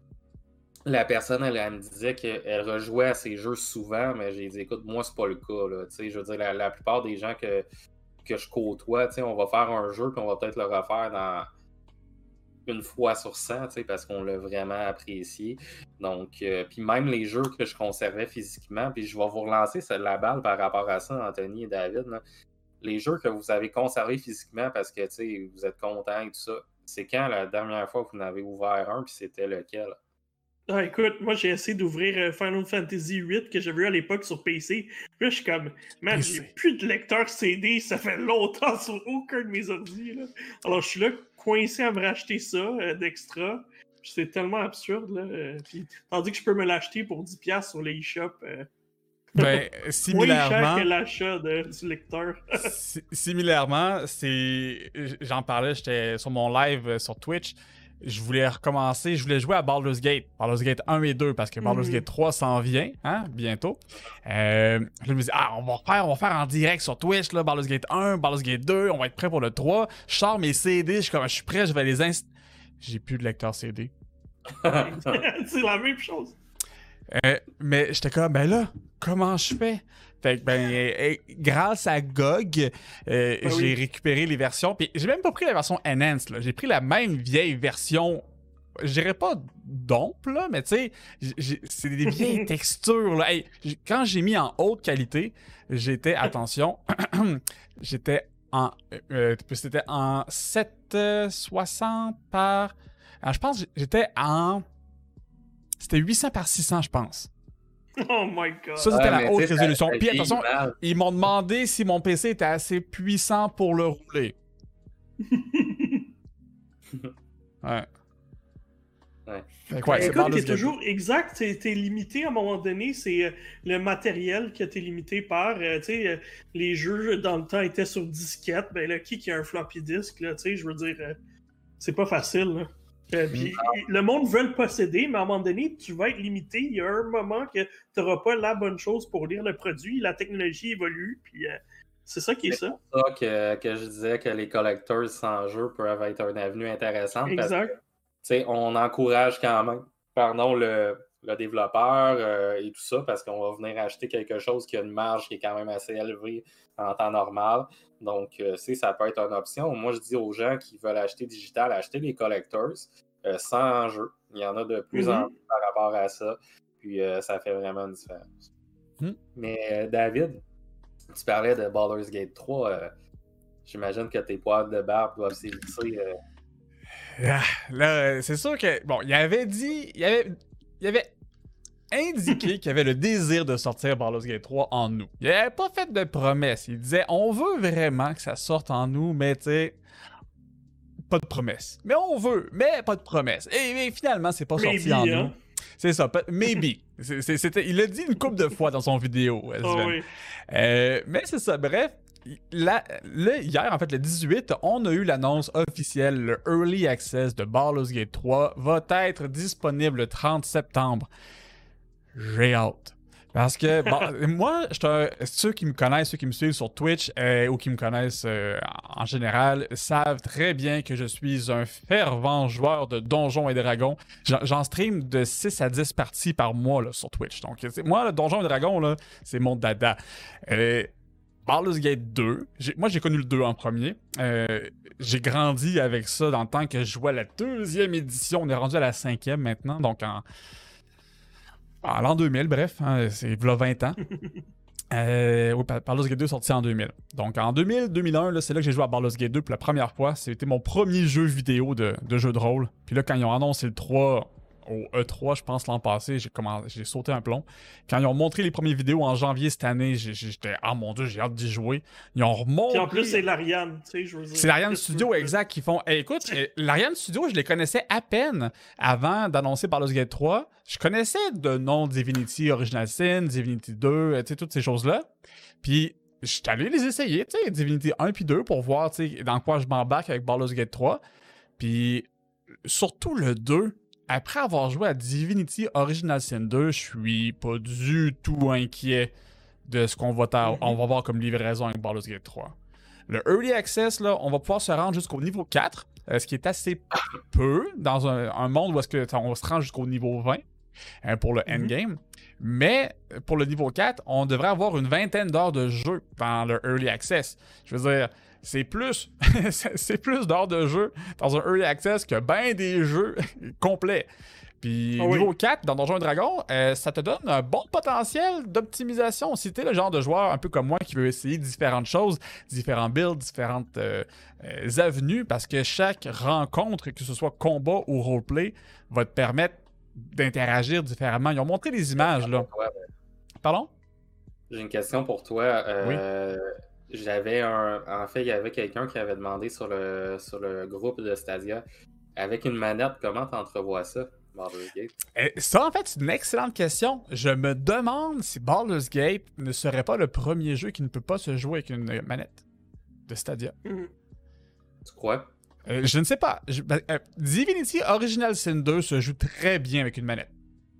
La personne, elle, elle me disait qu'elle rejouait à ces jeux souvent, mais j'ai dit, écoute, moi, c'est pas le cas. Là. Je veux dire, la, la plupart des gens que, que je côtoie, on va faire un jeu puis on va peut-être le refaire dans une fois sur cent, parce qu'on l'a vraiment apprécié. Donc, euh, puis même les jeux que je conservais physiquement, puis je vais vous relancer la balle par rapport à ça, Anthony et David. Là. Les jeux que vous avez conservés physiquement parce que vous êtes contents et tout ça, c'est quand la dernière fois que vous en avez ouvert un, puis c'était lequel? Ah, écoute, moi j'ai essayé d'ouvrir euh, Final Fantasy huit que j'avais eu à l'époque sur P C. Puis là, je suis comme, man, P C. j'ai plus de lecteur C D, ça fait longtemps sur aucun de mes ordi. Là. Alors je suis là coincé à me racheter ça euh, d'extra. Puis c'est tellement absurde. Là. Euh, puis, tandis que je peux me l'acheter pour dix dollars sur les eShops. Euh, Ben, moins cher similairement, que l'achat de- du lecteur. si- similairement, c'est, j'en parlais, j'étais sur mon live euh, sur Twitch. Je voulais recommencer, je voulais jouer à Baldur's Gate, Baldur's Gate un et deux, parce que Baldur's Mhm. Gate trois s'en vient, hein, bientôt. Euh, je me disais, ah, on va faire, on va faire en direct sur Twitch, là, Baldur's Gate un, Baldur's Gate deux, on va être prêt pour le trois. Je sors mes C D, je suis comme, je suis prêt, je vais les inst... J'ai plus de lecteur C D. C'est la même chose. Euh, mais j'étais comme, ben là, comment je fais? Fait que, ben, euh, euh, grâce à G O G, euh, Ben j'ai oui. récupéré les versions. Puis j'ai même pas pris la version Enhanced, là. J'ai pris la même vieille version. Je dirais pas dompe, là, mais tu sais, j'ai- j'ai- c'est des vieilles textures, là. Hey, j- quand j'ai mis en haute qualité, j'étais, attention, j'étais en, euh, euh, c'était en sept cent soixante par, ah, je pense, que j'étais en, c'était huit cents par six cents, je pense. Oh my god. Ça, c'était Ouais, la mais haute tu sais, ça- résolution. ça Puis vieillit attention, mal. ils m'ont demandé si mon P C était assez puissant pour le rouler. Ouais. Ouais. Fait que ouais, c'est Écoute, Baldur's t'es Gate. toujours exact, t'es, t'es limité à un moment donné, c'est euh, le matériel qui a été limité par, euh, tu sais, euh, les jeux dans le temps étaient sur disquette, ben là, qui qui a un floppy disk, là, tu sais, je veux dire, euh, c'est pas facile, là. Euh, puis le monde veut le posséder, mais à un moment donné, tu vas être limité, il y a un moment que t'auras pas la bonne chose pour lire le produit, la technologie évolue, puis euh, c'est ça qui est ça. C'est ça que, que je disais que les collectors sans jeu peuvent être un avenue intéressante. Parce que, Exact. tu sais, on encourage quand même, pardon, le, le développeur euh, et tout ça, parce qu'on va venir acheter quelque chose qui a une marge qui est quand même assez élevée en temps normal. Donc, euh, c'est, ça peut être une option. Moi, je dis aux gens qui veulent acheter digital, acheter les collectors euh, sans jeu. Il y en a de plus Mhm. en plus par rapport à ça. Puis, euh, ça fait vraiment une différence. Mm. Mais, euh, David, tu parlais de Baldur's Gate trois. euh, J'imagine que tes poils de barbe doivent s'évisser. Euh... Ah, là, euh, c'est sûr que, bon, il avait dit, il avait, il avait indiqué qu'il avait le désir de sortir Baldur's Gate trois en nous. Il avait pas fait de promesse. Il disait, on veut vraiment que ça sorte en nous, mais tu sais, pas de promesse. Mais on veut, mais pas de promesse. Et, mais finalement, c'est pas sorti Maybe, en hein. nous. C'est ça, peut- maybe. C'est- c'est- c'était, il l'a dit une couple de fois dans son vidéo, Ah Sven. oui. Euh, mais c'est ça, bref. Là, là, hier, en fait, le dix-huit, on a eu l'annonce officielle. Le Early Access de Baldur's Gate trois va être disponible le trente septembre. J'ai hâte. Parce que, bon, moi, je te- ceux qui me connaissent, ceux qui me suivent sur Twitch euh, ou qui me connaissent euh, en général, savent très bien que je suis un fervent joueur de Donjons et Dragons. J'en, j'en stream de six à dix parties par mois là, sur Twitch. Donc, c'est- moi, le Donjons et Dragons, là, c'est mon dada. Euh, Baldur's Gate deux, j'ai- moi j'ai connu le deux en premier. Euh, j'ai grandi avec ça dans le temps que je jouais à la deuxième édition. On est rendu à la cinquième maintenant, donc en, en l'an deux mille, bref, hein, c'est v'là vingt ans. Euh, oui, Baldur's Gate deux est sorti en deux mille. Donc en deux mille, deux mille un, là, c'est là que j'ai joué à Baldur's Gate deux pour la première fois. C'était mon premier jeu vidéo de, de jeu de rôle. Puis là, quand ils ont annoncé le trois au E trois, je pense, l'an passé, j'ai, commencé, j'ai sauté un plomb. Quand ils ont montré les premières vidéos en janvier cette année, j'ai- j'étais « Ah mon Dieu, j'ai hâte d'y jouer ». Ils ont remonté... Puis en plus, c'est l'Ariane, tu sais, je veux dire. C'est l'Ariane Qu'est-ce que tu Studio, veux? exact, qui font... Hey, écoute, euh, l'Ariane Studio, je les connaissais à peine avant d'annoncer Baldur's Gate trois. Je connaissais de nom Divinity Original Sin, Divinity deux, euh, tu sais, toutes ces choses-là. Puis, je suis allé les essayer, tu sais, Divinity un puis deux, pour voir, tu sais, dans quoi je m'embarque avec Baldur's Gate trois. Puis, surtout le deux, après avoir joué à Divinity Original Sin deux, je suis pas du tout inquiet de ce qu'on va, ta- Mhm. on va voir comme livraison avec Baldur's Gate trois. Le Early Access, là, on va pouvoir se rendre jusqu'au niveau quatre, euh, ce qui est assez peu dans un, un monde où est-ce que, on se rend jusqu'au niveau vingt euh, pour le Mhm. endgame. Mais pour le niveau quatre, on devrait avoir une vingtaine d'heures de jeu dans le Early Access. Je veux dire, c'est plus, c'est plus d'heures de jeu dans un Early Access que ben des jeux complets. Puis Ah oui. niveau quatre, dans Donjons et Dragons, euh, ça te donne un bon potentiel d'optimisation. Si t'es le genre de joueur un peu comme moi qui veut essayer différentes choses, différents builds, différentes euh, euh, avenues, parce que chaque rencontre, que ce soit combat ou roleplay, va te permettre d'interagir différemment. Ils ont montré des images, là. Ouais, Pardon? j'ai une question pour toi. Euh, J'avais un. En fait, il y avait quelqu'un qui avait demandé sur le, sur le groupe de Stadia, avec une manette, comment t'entrevois ça, Baldur's Gate? Euh, ça, en fait, c'est une excellente question. Je me demande si Baldur's Gate ne serait pas le premier jeu qui ne peut pas se jouer avec une manette de Stadia. Mhm. Tu crois? Euh, je ne sais pas. Je- ben, euh, Divinity Original Sin deux se joue très bien avec une manette.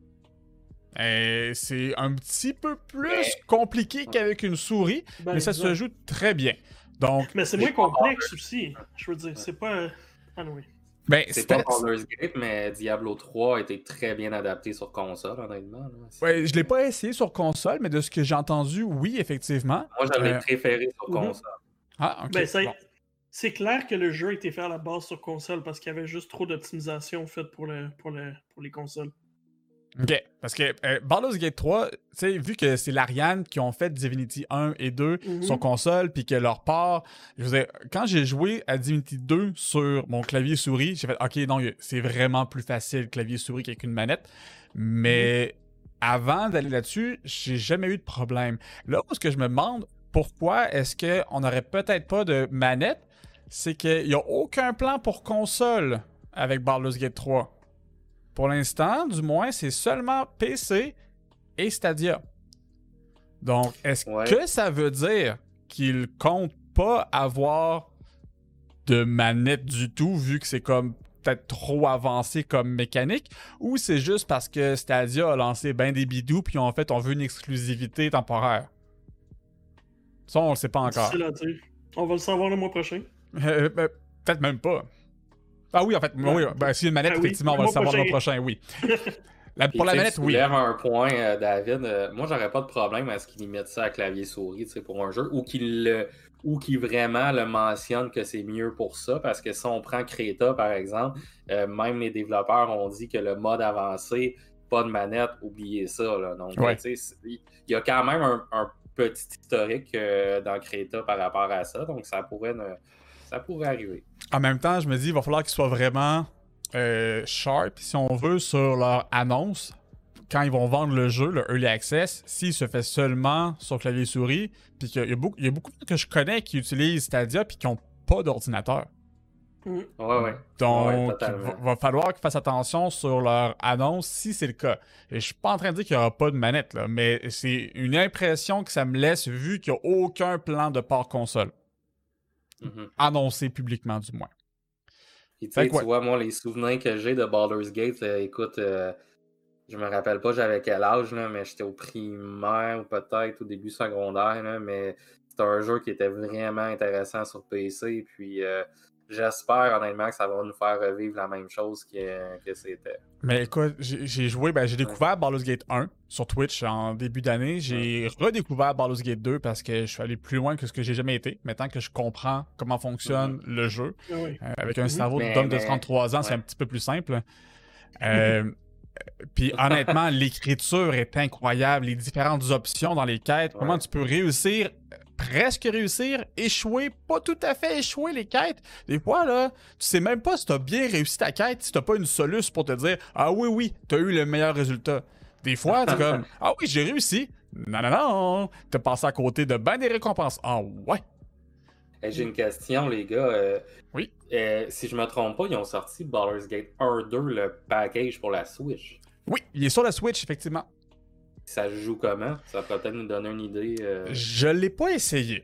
Euh, c'est un petit peu plus Mais- compliqué qu'avec une souris, Ben, mais ça se disons. joue très bien. Donc, Mais c'est moins complexe aussi. Je veux dire, c'est pas. Ah oui. ben, C'est c'était- pas Baldur's Gate, mais Diablo trois a été très bien adapté sur console, honnêtement. là. C'est- ouais, je l'ai pas essayé sur console, mais de ce que j'ai entendu, oui, effectivement. Moi, je l'ai Euh, préféré sur Mhm. console. Ah, ok. Ben, ça- bon. C'est clair que le jeu a été fait à la base sur console parce qu'il y avait juste trop d'optimisation faite pour, le, pour, le, pour les consoles. Ok, parce que euh, Baldur's Gate trois, tu sais, vu que c'est l'Ariane qui ont fait Divinity un et deux Mhm. sur console, puis que leur part, je veux dire, quand j'ai joué à Divinity deux sur mon clavier souris, j'ai fait, ok, non, y- c'est vraiment plus facile clavier souris qu'avec une manette, mais avant d'aller là-dessus, j'ai jamais eu de problème. Là où ce que je me demande, pourquoi est-ce qu'on n'aurait peut-être pas de manette, c'est qu'il n'y a aucun plan pour console avec Baldur's Gate trois. Pour l'instant, du moins, c'est seulement P C et Stadia. Donc, est-ce Ouais. que ça veut dire qu'ils comptent pas avoir de manette du tout, vu que c'est comme peut-être trop avancé comme mécanique, ou c'est juste parce que Stadia a lancé ben des bidous, puis en fait, on veut une exclusivité temporaire? Ça, on le sait pas encore. Difficile à dire. On va le savoir le mois prochain. Euh, euh, peut-être même pas. Ah oui, en fait, Ouais. oui, ben, si une manette, Ah oui, effectivement, on le va le mois savoir le mois prochain. prochain, oui. La- Puis, pour la tu sais, manette, tu oui. soulèves un point, euh, David. Euh, moi, j'aurais pas de problème à ce qu'ils mettent ça à clavier souris, tu sais, pour un jeu, ou qu'ils le- ou qu'ils vraiment le mentionnent que c'est mieux pour ça, parce que si on prend Creta, par exemple, euh, même les développeurs ont dit que le mode avancé, pas de manette, oubliez ça, là. Donc, Ouais. tu sais, c'est- il y a quand même un, un petit historique euh, dans Creta par rapport à ça, donc ça pourrait, ne- ça pourrait arriver. En même temps, je me dis, il va falloir qu'ils soient vraiment euh, sharp, si on veut, sur leur annonce. Quand ils vont vendre le jeu, le Early Access, s'il se fait seulement sur clavier souris, puis qu'il y a, il y a beaucoup, il y a beaucoup de gens que je connais qui utilisent Stadia puis qui n'ont pas d'ordinateur. Mhm. Ouais, ouais. Donc, Ouais, il totalement. va, va falloir qu'ils fassent attention sur leur annonce si c'est le cas. Et je suis pas en train de dire qu'il n'y aura pas de manette, là, mais c'est une impression que ça me laisse vu qu'il n'y a aucun plan de port console. Mhm. Annoncé publiquement, du moins. Puis, tu Fait sais, que ouais. tu vois, moi, les souvenirs que j'ai de Baldur's Gate, euh, écoute, euh, je me rappelle pas j'avais quel âge, là, mais j'étais au primaire ou peut-être au début secondaire, là, mais c'était un jeu qui était vraiment intéressant sur P C. Puis euh, j'espère honnêtement que ça va nous faire revivre la même chose que, que c'était. Mais écoute, j'ai j'ai joué, ben j'ai découvert Baldur's Gate un sur Twitch en début d'année. J'ai redécouvert Baldur's Gate deux parce que je suis allé plus loin que ce que j'ai jamais été. Maintenant que je comprends comment fonctionne le jeu, Ah oui. euh, avec un Mhm. cerveau Mais- d'homme de mais- trente-trois ans, c'est ouais. un petit peu plus simple. Euh, Puis honnêtement, l'écriture est incroyable. Les différentes options dans les quêtes, comment Ouais. tu peux réussir, presque réussir, échouer, pas tout à fait échouer les quêtes. Des fois, là, tu sais même pas si t'as bien réussi ta quête, si t'as pas une soluce pour te dire « Ah oui, oui, t'as eu le meilleur résultat. » Des fois, t'es comme « Ah oui, j'ai réussi. » Non, non, non, t'as passé à côté de ben des récompenses. Ah ouais. Hey, j'ai une question, les gars. euh, Oui. euh, si je me trompe pas, ils ont sorti Baldur's Gate un deux, le package pour la Switch. Oui, il est sur la Switch, effectivement. Ça se joue comment? Ça peut peut-être nous donner une idée. euh, Je l'ai pas essayé.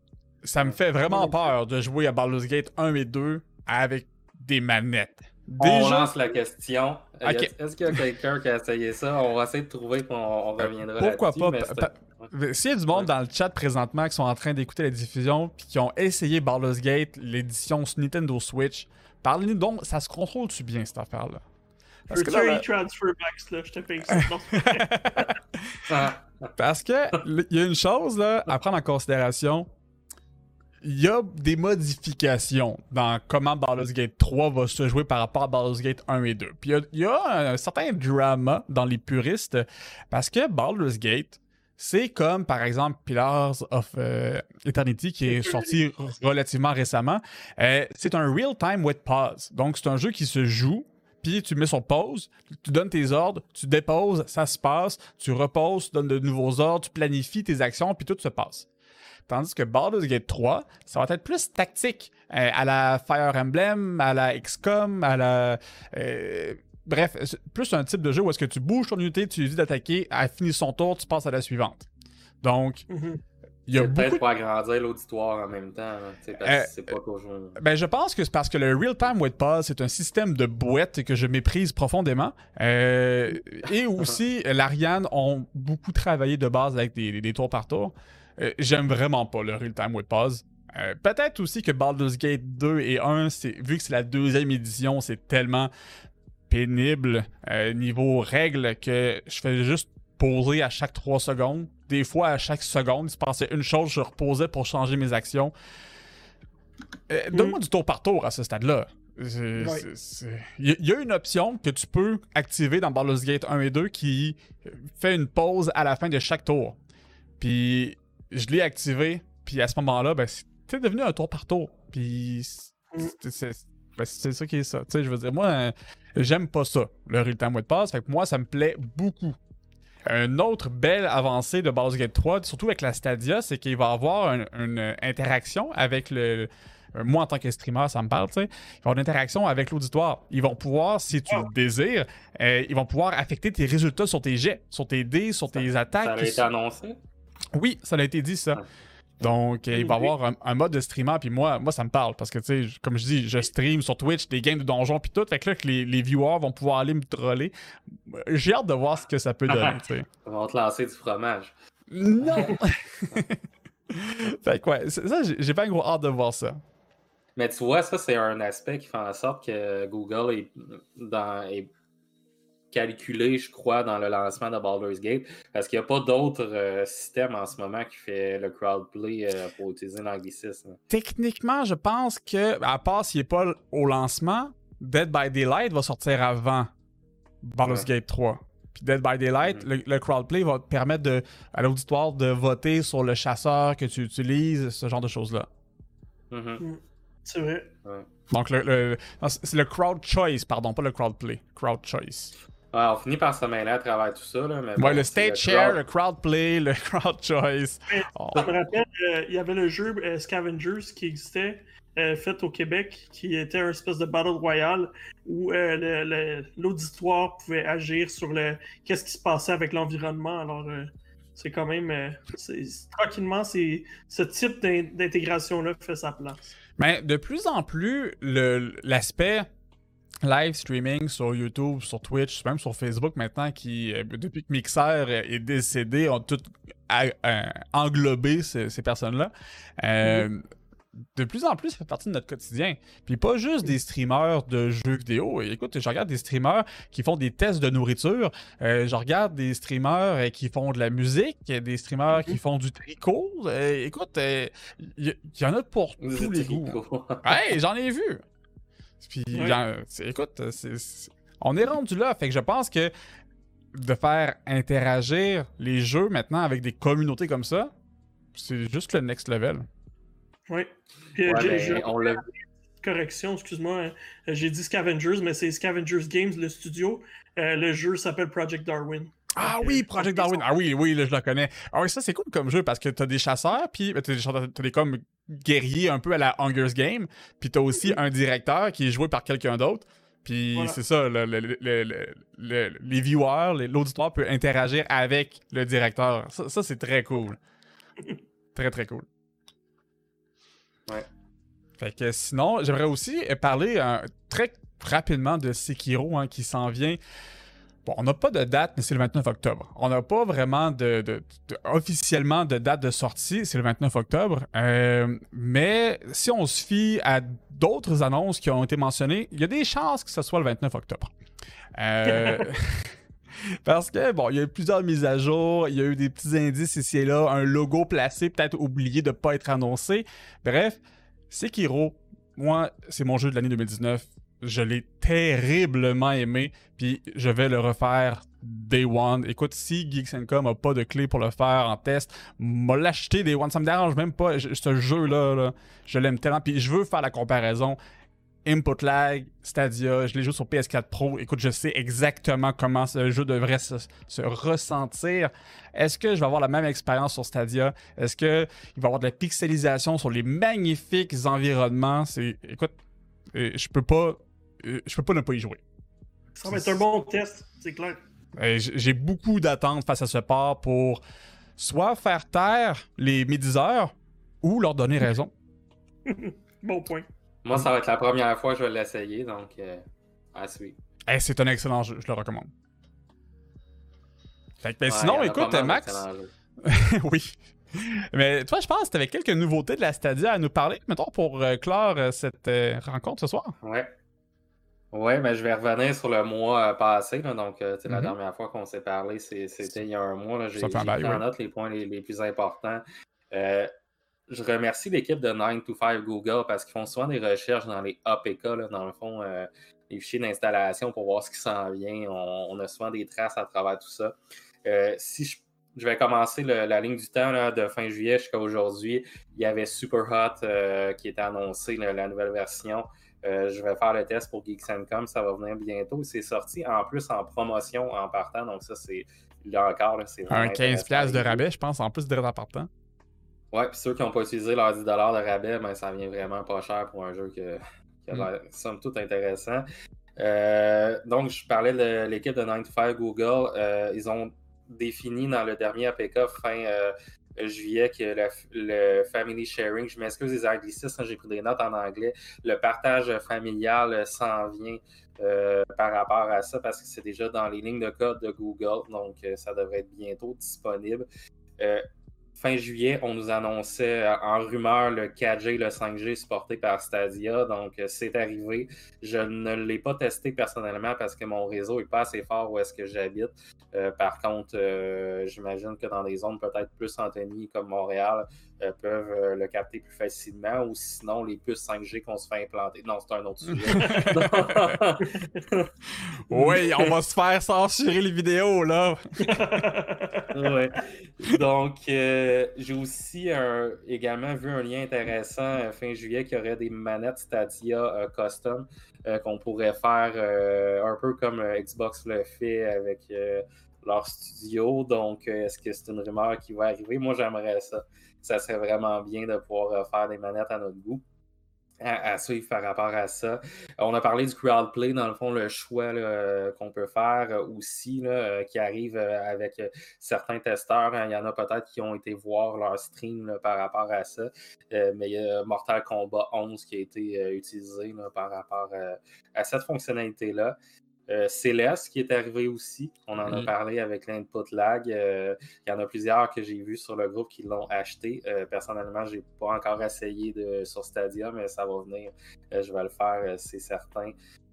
Ça me fait vraiment peur de jouer à Baldur's Gate un et deux avec des manettes. On Déjà, lance la question. Euh, y a- Ok. Est-ce qu'il y a quelqu'un qui a essayé ça? On va essayer de trouver et on, on reviendra pourquoi là-dessus. pas? mais Pa- c'était- pa- S'il y a du monde Ouais. dans le chat présentement qui sont en train d'écouter la diffusion puis qui ont essayé Baldur's Gate, l'édition sur Nintendo Switch, parlez-nous donc, ça se contrôle-tu bien cette affaire-là? Parce que Veux-tu là, un là- transfer max, là? Je te paye ça. Non, c'est vrai. Ah, Parce que l- il y a une chose là, à prendre en considération. il y a des modifications dans comment Baldur's Gate trois va se jouer par rapport à Baldur's Gate un et deux. Puis il y, y a un certain drama dans les puristes parce que Baldur's Gate, c'est comme par exemple Pillars of euh, Eternity qui est sorti relativement récemment. Euh, c'est un real-time with pause. Donc c'est un jeu qui se joue, puis tu mets sur pause, tu donnes tes ordres, tu déposes, ça se passe, tu reposes, tu donnes de nouveaux ordres, tu planifies tes actions, puis tout se passe. Tandis que Baldur's Gate trois, ça va être plus tactique, euh, à la Fire Emblem, à la X COM, à la... Euh, bref, plus un type de jeu où est-ce que tu bouges ton unité, tu lui dis d'attaquer, elle finit son tour, tu passes à la suivante. Donc, mm-hmm. il y a c'est beaucoup... peut-être pour agrandir l'auditoire en même temps, hein, parce euh, que c'est pas toujours... Ben, je pense que c'est parce que le real-time with pause, c'est un système de boîte que je méprise profondément. Euh, et aussi, l'Ariane ont beaucoup travaillé de base avec des, des, des tours par tour. Euh, j'aime vraiment pas le real-time with pause. Euh, peut-être aussi que Baldur's Gate deux et un, c'est, vu que c'est la deuxième édition, c'est tellement pénible euh, niveau règles que je fais juste poser à chaque trois secondes. Des fois, à chaque seconde, il se passait une chose, je reposais pour changer mes actions. Euh, mm. Donne-moi du tour par tour à ce stade-là. Il ouais. y, y a une option que tu peux activer dans Baldur's Gate un et deux qui fait une pause à la fin de chaque tour. Puis je l'ai activé, puis à ce moment-là, ben, c'est devenu un tour par tour. Puis c'est, c'est, ben, c'est ça qui est ça. T'sais, je veux dire, moi, euh, j'aime pas ça, le real-time with pause. Fait que moi, ça me plaît beaucoup. Une autre belle avancée de Baldur's Gate trois, surtout avec la Stadia, c'est qu'il va y avoir un, une interaction avec le... Moi, en tant que streamer, ça me parle, tu sais. Il va y avoir une interaction avec l'auditoire. Ils vont pouvoir, si tu le désires, euh, ils vont pouvoir affecter tes résultats sur tes jets, sur été dés, sur tes ça, attaques. Ça a été annoncé? Oui, ça a été dit, ça. Donc, euh, il va y avoir un, un mode de streamer, puis moi, moi, ça me parle, parce que, tu sais, comme je dis, je stream sur Twitch des games de donjons, puis tout, fait que là, que les, les viewers vont pouvoir aller me troller. J'ai hâte de voir ce que ça peut donner, tu sais. Ils vont te lancer du fromage. Non! Fait que, ouais, ça, j'ai, j'ai pas un gros hâte de voir ça. Mais tu vois, ça, c'est un aspect qui fait en sorte que Google est, dans, est calculé, je crois, dans le lancement de Baldur's Gate, parce qu'il n'y a pas d'autres euh, systèmes en ce moment qui fait le crowdplay euh, pour utiliser l'anglicisme. Techniquement, je pense que, à part s'il n'est pas au lancement, Dead by Daylight va sortir avant Baldur's ouais. Gate trois. Puis Dead by Daylight, mm-hmm. le, le crowdplay va te permettre de, à l'auditoire de voter sur le chasseur que tu utilises, ce genre de choses-là. Mm-hmm. Mm. C'est vrai. Ouais. Donc, le, le, non, c'est le crowd choice, pardon, pas le crowdplay. Crowd choice. Ouais, on finit par se mêler à travers tout ça. Là, mais ouais, bon, le stage le share, crowd... le crowdplay, le crowd choice. Oh. Ça me rappelle, euh, il y avait le jeu euh, Scavengers qui existait, euh, fait au Québec, qui était un espèce de Battle Royale où euh, le, le, l'auditoire pouvait agir sur le qu'est-ce qui se passait avec l'environnement. Alors, euh, c'est quand même... Euh, c'est, tranquillement, c'est, ce type d'in- d'intégration-là fait sa place. Mais de plus en plus, le, l'aspect live streaming sur YouTube, sur Twitch, même sur Facebook maintenant, qui, depuis que Mixer est décédé, ont tout a, a, englobé ces, ces personnes-là. Euh, mm-hmm. De plus en plus, ça fait partie de notre quotidien. Puis pas juste des streamers de jeux vidéo. Écoute, je regarde des streamers qui font des tests de nourriture. Euh, je regarde des streamers qui font de la musique, des streamers mm-hmm. qui font du tricot. Euh, écoute, il euh, y, y en a pour du tous les goûts. Ouais, j'en ai vu. Puis, ouais. c'est, écoute, c'est, c'est, on est rendu là. Fait que je pense que de faire interagir les jeux maintenant avec des communautés comme ça, c'est juste le next level. Oui. Puis, ouais, j'ai, j'ai... on l'a... Correction, excuse-moi. J'ai dit Scavengers, mais c'est Scavengers Games, le studio. Euh, le jeu s'appelle Project Darwin. Ah oui, Project Darwin. Ah oui, oui, là, je le connais. Ah oui, ça, c'est cool comme jeu parce que t'as des chasseurs, puis t'as des, t'as des comme guerriers un peu à la Hunger's Game, puis t'as aussi mm-hmm. un directeur qui est joué par quelqu'un d'autre. Puis voilà. C'est ça, le, le, le, le, le, les viewers, les, l'auditoire peut interagir avec le directeur. Ça, ça c'est très cool. Très, très cool. Ouais. Fait que sinon, j'aimerais aussi parler euh, très rapidement de Sekiro hein, qui s'en vient. Bon, on n'a pas de date, mais c'est le vingt-neuf octobre. On n'a pas vraiment de, de, de, officiellement de date de sortie, c'est le vingt-neuf octobre. Euh, mais si on se fie à d'autres annonces qui ont été mentionnées, il y a des chances que ce soit le vingt-neuf octobre. Euh, Parce que, bon, il y a eu plusieurs mises à jour, il y a eu des petits indices ici et là, un logo placé, peut-être oublié de ne pas être annoncé. Bref, Sekiro, moi, c'est mon jeu de l'année deux mille dix-neuf. Je l'ai terriblement aimé, puis je vais le refaire Day One. Écoute, si Geeks and Com n'a pas de clé pour le faire en test, m'a l'acheter Day One. Ça me dérange même pas. Je, ce jeu-là, là, je l'aime tellement. Puis je veux faire la comparaison. Input lag, Stadia, je l'ai joué sur P S quatre Pro. Écoute, je sais exactement comment ce jeu devrait se, se ressentir. Est-ce que je vais avoir la même expérience sur Stadia? Est-ce qu'il va y avoir de la pixelisation sur les magnifiques environnements? C'est, écoute, je peux pas, je peux pas ne pas y jouer. Ça va être un bon test, c'est clair. J'ai beaucoup d'attentes face à ce port pour soit faire taire les médiseurs ou leur donner raison. Bon point. Moi, ça va être la première fois que je vais l'essayer, donc euh, à suivre. Hey, c'est un excellent jeu, je le recommande. Fait que, ben, Ouais, sinon, écoute, Max. Oui. Mais toi, je pense que tu avais quelques nouveautés de la Stadia à nous parler, mettons, pour euh, clore euh, cette euh, rencontre ce soir. Ouais. Ouais, mais je vais revenir sur le mois euh, passé. Là, donc, euh, mm-hmm. La dernière fois qu'on s'est parlé, c'est, c'était il y a un mois. Là, j'ai j'ai pris en note les points les, les plus importants. Euh, Je remercie l'équipe de nine to five Google parce qu'ils font souvent des recherches dans les A P K, là, dans le fond, euh, les fichiers d'installation pour voir ce qui s'en vient. On, on a souvent des traces à travers tout ça. Euh, si je, je vais commencer le, la ligne du temps là, de fin juillet jusqu'à aujourd'hui, il y avait Superhot euh, qui était annoncé, là, la nouvelle version. Euh, je vais faire le test pour Geeks and Com, ça va venir bientôt. C'est sorti en plus en promotion en partant, donc ça, c'est là encore. Là, c'est un quinze dollars de rabais, je pense, en plus de en partant. Ouais, puis ceux qui n'ont pas utilisé leurs dix dollars de rabais, ben, ça vient vraiment pas cher pour un jeu que, qui a l'air, somme toute, intéressant. Euh, donc, je parlais de l'équipe de nine to five Google. Euh, ils ont défini dans le dernier A P K fin euh, juillet que le, le family sharing, je m'excuse des anglicismes, j'ai pris des notes en anglais, le partage familial s'en vient euh, par rapport à ça parce que c'est déjà dans les lignes de code de Google, donc euh, ça devrait être bientôt disponible. Euh, Fin juillet, on nous annonçait en rumeur le quatre G, le cinq G supporté par Stadia, donc c'est arrivé. Je ne l'ai pas testé personnellement parce que mon réseau n'est pas assez fort où est-ce que j'habite. Euh, par contre, euh, j'imagine que dans des zones peut-être plus Antony comme Montréal euh, peuvent euh, le capter plus facilement, ou sinon les puces cinq G qu'on se fait implanter. Non, c'est un autre sujet. Oui, on va se faire censurer les vidéos, là. Ouais. Donc, euh, j'ai aussi euh, également vu un lien intéressant euh, fin juillet qui aurait des manettes Stadia euh, custom euh, qu'on pourrait faire euh, un peu comme euh, Xbox le fait avec euh, leur studio. Donc, euh, est-ce que c'est une rumeur qui va arriver? Moi, j'aimerais ça. Ça serait vraiment bien de pouvoir euh, faire des manettes à notre goût. À, à suivre par rapport à ça. On a parlé du crowdplay, dans le fond, le choix là, qu'on peut faire aussi, là, qui arrive avec certains testeurs. Il y en a peut-être qui ont été voir leur stream là, par rapport à ça. Euh, mais il y a Mortal Kombat onze qui a été euh, utilisé là, par rapport euh, à cette fonctionnalité-là. Euh, Céleste qui est arrivé aussi, on en a mmh. parlé avec l'input lag. Euh, il y en a plusieurs que j'ai vus sur le groupe qui l'ont acheté. Euh, personnellement, je n'ai pas encore essayé de, sur Stadia, mais ça va venir. Euh, je vais le faire, euh, c'est certain.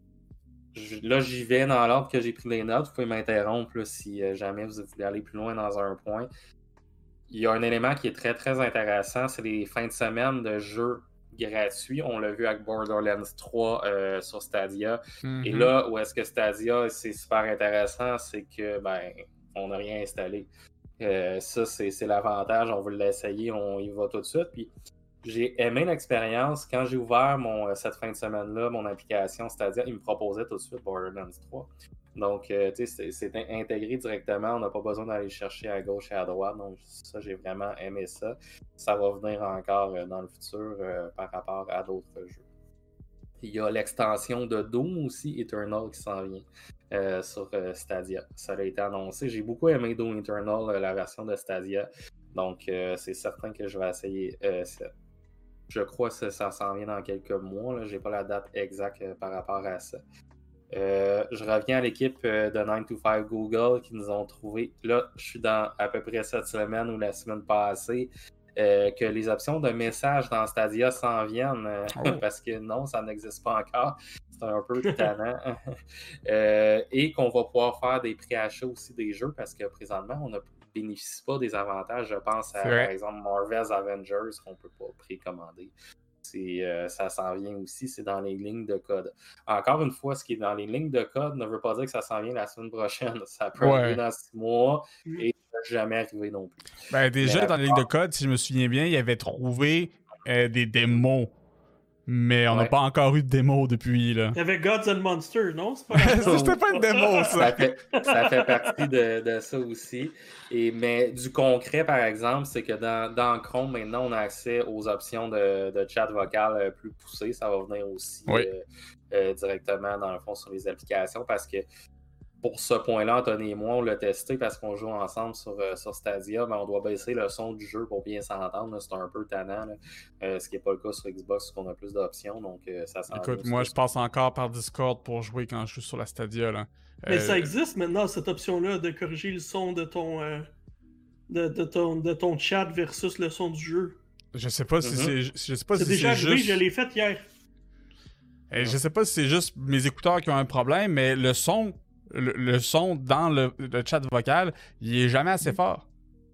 Je, là, j'y vais dans l'ordre que j'ai pris les notes. Vous pouvez m'interrompre là, si euh, jamais vous voulez aller plus loin dans un point. Il y a un élément qui est très, très intéressant, c'est les fins de semaine de jeux gratuit. On l'a vu avec Borderlands trois euh, sur Stadia. Mm-hmm. Et là, où est-ce que Stadia, c'est super intéressant, c'est que ben on n'a rien installé. Euh, ça, c'est, c'est l'avantage. On veut l'essayer, on y va tout de suite. Puis j'ai aimé l'expérience. Quand j'ai ouvert mon, cette fin de semaine-là, mon application Stadia, il me proposait tout de suite Borderlands trois. Donc, euh, tu sais, c'est, c'est intégré directement. On n'a pas besoin d'aller chercher à gauche et à droite. Donc, ça, j'ai vraiment aimé ça. Ça va venir encore euh, dans le futur euh, par rapport à d'autres jeux. Il y a l'extension de Doom aussi, Eternal, qui s'en vient euh, sur euh, Stadia. Ça a été annoncé. J'ai beaucoup aimé Doom Eternal, euh, la version de Stadia. Donc, euh, c'est certain que je vais essayer euh, ça. Je crois que ça, ça s'en vient dans quelques mois. Je n'ai pas la date exacte euh, par rapport à ça. Euh, je reviens à l'équipe euh, de nine to five Google qui nous ont trouvé, là je suis dans à peu près cette semaine ou la semaine passée, euh, que les options de messages dans Stadia s'en viennent, euh, oh. parce que non, ça n'existe pas encore. c'est un peu tannant. euh, et qu'on va pouvoir faire des préachats aussi des jeux parce que présentement, on ne bénéficie pas des avantages. Je pense à, par exemple, Marvel's Avengers qu'on ne peut pas précommander. C'est, euh, ça s'en vient aussi, c'est dans les lignes de code. Encore une fois, ce qui est dans les lignes de code ne veut pas dire que ça s'en vient la semaine prochaine. Ça peut ouais. arriver dans six mois et ça ne peut jamais arriver non plus. Ben, déjà, dans les lignes de code, si je me souviens bien, il avait trouvé euh, des démos. Mais on n'a ouais. pas encore eu de démo depuis, là. Il y avait Gods and Monsters, non? C'est pas ça, c'était pas une démo, ça! ça, fait, ça fait partie de, de ça aussi. Et, mais du concret, par exemple, c'est que dans, dans Chrome, maintenant, on a accès aux options de, de chat vocal plus poussées. Ça va venir aussi oui. euh, euh, directement, dans le fond, sur les applications, parce que pour ce point-là, Anthony et moi, on l'a testé parce qu'on joue ensemble sur, euh, sur Stadia, mais on doit baisser le son du jeu pour bien s'entendre. C'est un peu tannant, euh, ce qui n'est pas le cas sur Xbox, où on a plus d'options, donc euh, ça s'en Écoute, moi, je passe encore par Discord pour jouer quand je suis sur la Stadia. Là. Mais euh... ça existe maintenant, cette option-là, de corriger le son de ton, euh, de, de, ton, de ton chat versus le son du jeu. Je sais pas si mm-hmm. c'est... Je sais pas c'est si déjà c'est arrivé, juste... je l'ai fait hier. Et je sais pas si c'est juste mes écouteurs qui ont un problème, mais le son... Le, le son dans le, le chat vocal, il est jamais assez fort.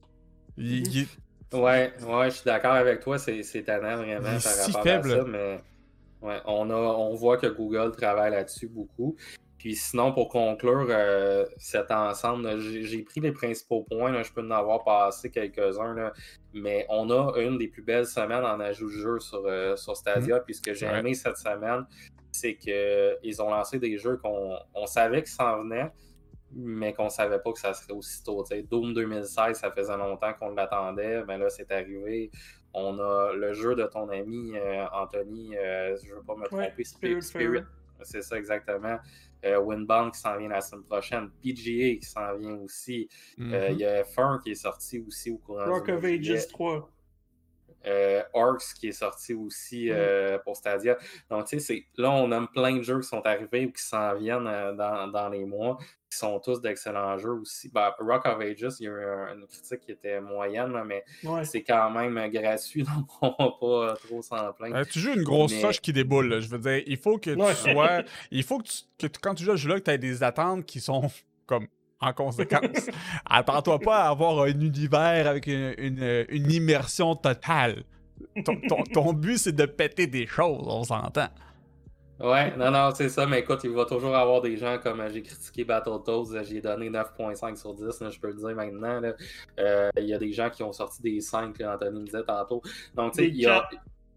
Il, il est... Ouais, ouais, je suis d'accord avec toi, c'est, c'est tannant vraiment par si rapport faible. à ça, mais ouais, on, a, on voit que Google travaille là-dessus beaucoup. Puis sinon, pour conclure euh, cet ensemble, j'ai, j'ai pris les principaux points, là, je peux en avoir passé quelques-uns, là, mais on a une des plus belles semaines en ajout de jeu sur, euh, sur Stadia, mmh. puis ce que j'ai ouais. aimé cette semaine, c'est qu'ils ont lancé des jeux qu'on on savait qu'ils s'en venaient, mais qu'on savait pas que ça serait aussitôt. T'sais, Doom deux mille seize, ça faisait longtemps qu'on l'attendait, mais là, c'est arrivé. On a le jeu de ton ami euh, Anthony, euh, je veux pas me tromper, ouais, Spirit. Spirit. C'est ça, exactement. Euh, Winbound qui s'en vient la semaine prochaine. P G A qui s'en vient aussi. Il mm-hmm. euh, y a F un qui est sorti aussi au courant Rock du of Ages trois. Euh, Orcs qui est sorti aussi euh, mm. pour Stadia. Donc, tu sais, là, on a plein de jeux qui sont arrivés ou qui s'en viennent euh, dans, dans les mois, qui sont tous d'excellents jeux aussi. Ben, Rock of Ages, il y a eu une critique qui était moyenne, là, mais ouais. c'est quand même gratuit, donc on va pas trop s'en plaindre. Euh, tu joues une grosse mais... soche qui déboule, là. Je veux dire, il faut que tu ouais. sois... Il faut que, tu... que tu... quand tu joues à ce jeu-là, que tu aies des attentes qui sont comme... en conséquence. Attends-toi pas à avoir un univers avec une, une, une immersion totale. Ton, ton, ton but, c'est de péter des choses, on s'entend. Ouais, non, non, c'est ça, mais écoute, il va toujours avoir des gens comme euh, j'ai critiqué Battletoads, j'ai donné neuf virgule cinq sur dix, là, je peux le dire maintenant. Là. Euh, il y a des gens qui ont sorti des cinq, là, Anthony me disait tantôt. Donc, tu sais, il y a.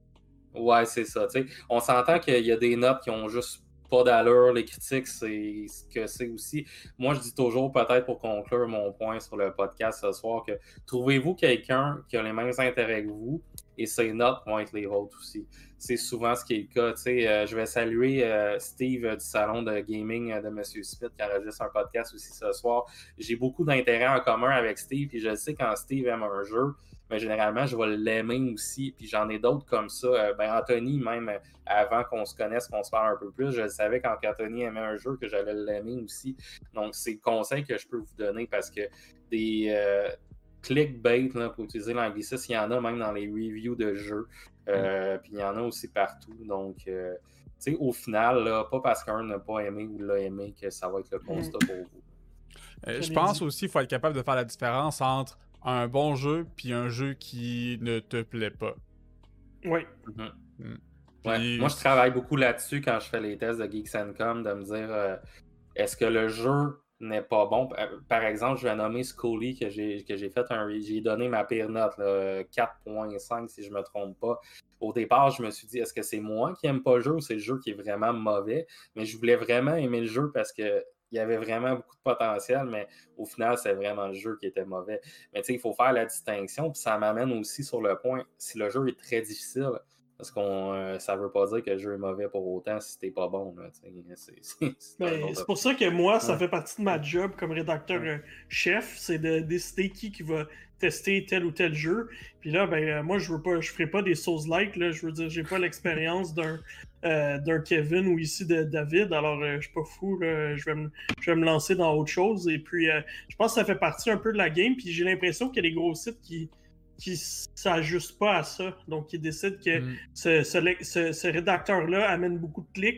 Ouais, c'est ça, tu sais. On s'entend qu'il y a des notes qui ont juste pas d'allure, les critiques, c'est ce que c'est aussi. Moi, je dis toujours, peut-être pour conclure mon point sur le podcast ce soir, que trouvez-vous quelqu'un qui a les mêmes intérêts que vous et ses notes vont être les vôtres aussi. C'est souvent ce qui est le cas. Tu sais, euh, je vais saluer euh, Steve euh, du salon de gaming euh, de M. Smith qui enregistre un podcast aussi ce soir. J'ai beaucoup d'intérêts en commun avec Steve, puis je sais quand Steve aime un jeu, mais généralement, je vais l'aimer aussi. Puis j'en ai d'autres comme ça. Euh, ben Anthony, même avant qu'on se connaisse, qu'on se parle un peu plus, je savais quand Anthony aimait un jeu que j'allais l'aimer aussi. Donc, c'est le conseil que je peux vous donner parce que des euh, clickbait, là, pour utiliser l'anglicisme, il y en a même dans les reviews de jeux. Euh, mm. Puis il y en a aussi partout. Donc, euh, tu sais, au final, là, pas parce qu'un n'a pas aimé ou l'a aimé que ça va être le constat mm. pour vous. Euh, je pense aussi qu'il faut être capable de faire la différence entre un bon jeu puis un jeu qui ne te plaît pas. Oui. Mm-hmm. Mm. Ouais. Puis... Moi, je travaille beaucoup là-dessus quand je fais les tests de Geeks and Com, de me dire euh, est-ce que le jeu n'est pas bon? Par exemple, je vais nommer Scully que j'ai, que j'ai fait un... J'ai donné ma pire note, là, quatre virgule cinq si je me trompe pas. Au départ, je me suis dit, est-ce que c'est moi qui aime pas le jeu ou c'est le jeu qui est vraiment mauvais? Mais je voulais vraiment aimer le jeu parce que il y avait vraiment beaucoup de potentiel, mais au final, c'est vraiment le jeu qui était mauvais. Mais tu sais, il faut faire la distinction, puis ça m'amène aussi sur le point, si le jeu est très difficile, parce qu'on euh, ça veut pas dire que le jeu est mauvais pour autant si t'es pas bon. Là, c'est, c'est, c'est, c'est, c'est pour ça que moi, ça ouais. fait partie de ma job comme rédacteur ouais. chef, c'est de décider qui, qui va tester tel ou tel jeu. Puis là, ben moi, je veux pas, je ferai pas des Souls-like, là, je veux dire, j'ai pas l'expérience d'un, euh, d'un Kevin ou ici de David, alors euh, je suis pas fou, là, je vais me, je vais me lancer dans autre chose. Et puis, euh, je pense que ça fait partie un peu de la game, puis j'ai l'impression qu'il y a des gros sites qui qui s'ajustent pas à ça. Donc, qui décident que mm. ce, ce, ce, ce rédacteur-là amène beaucoup de clics.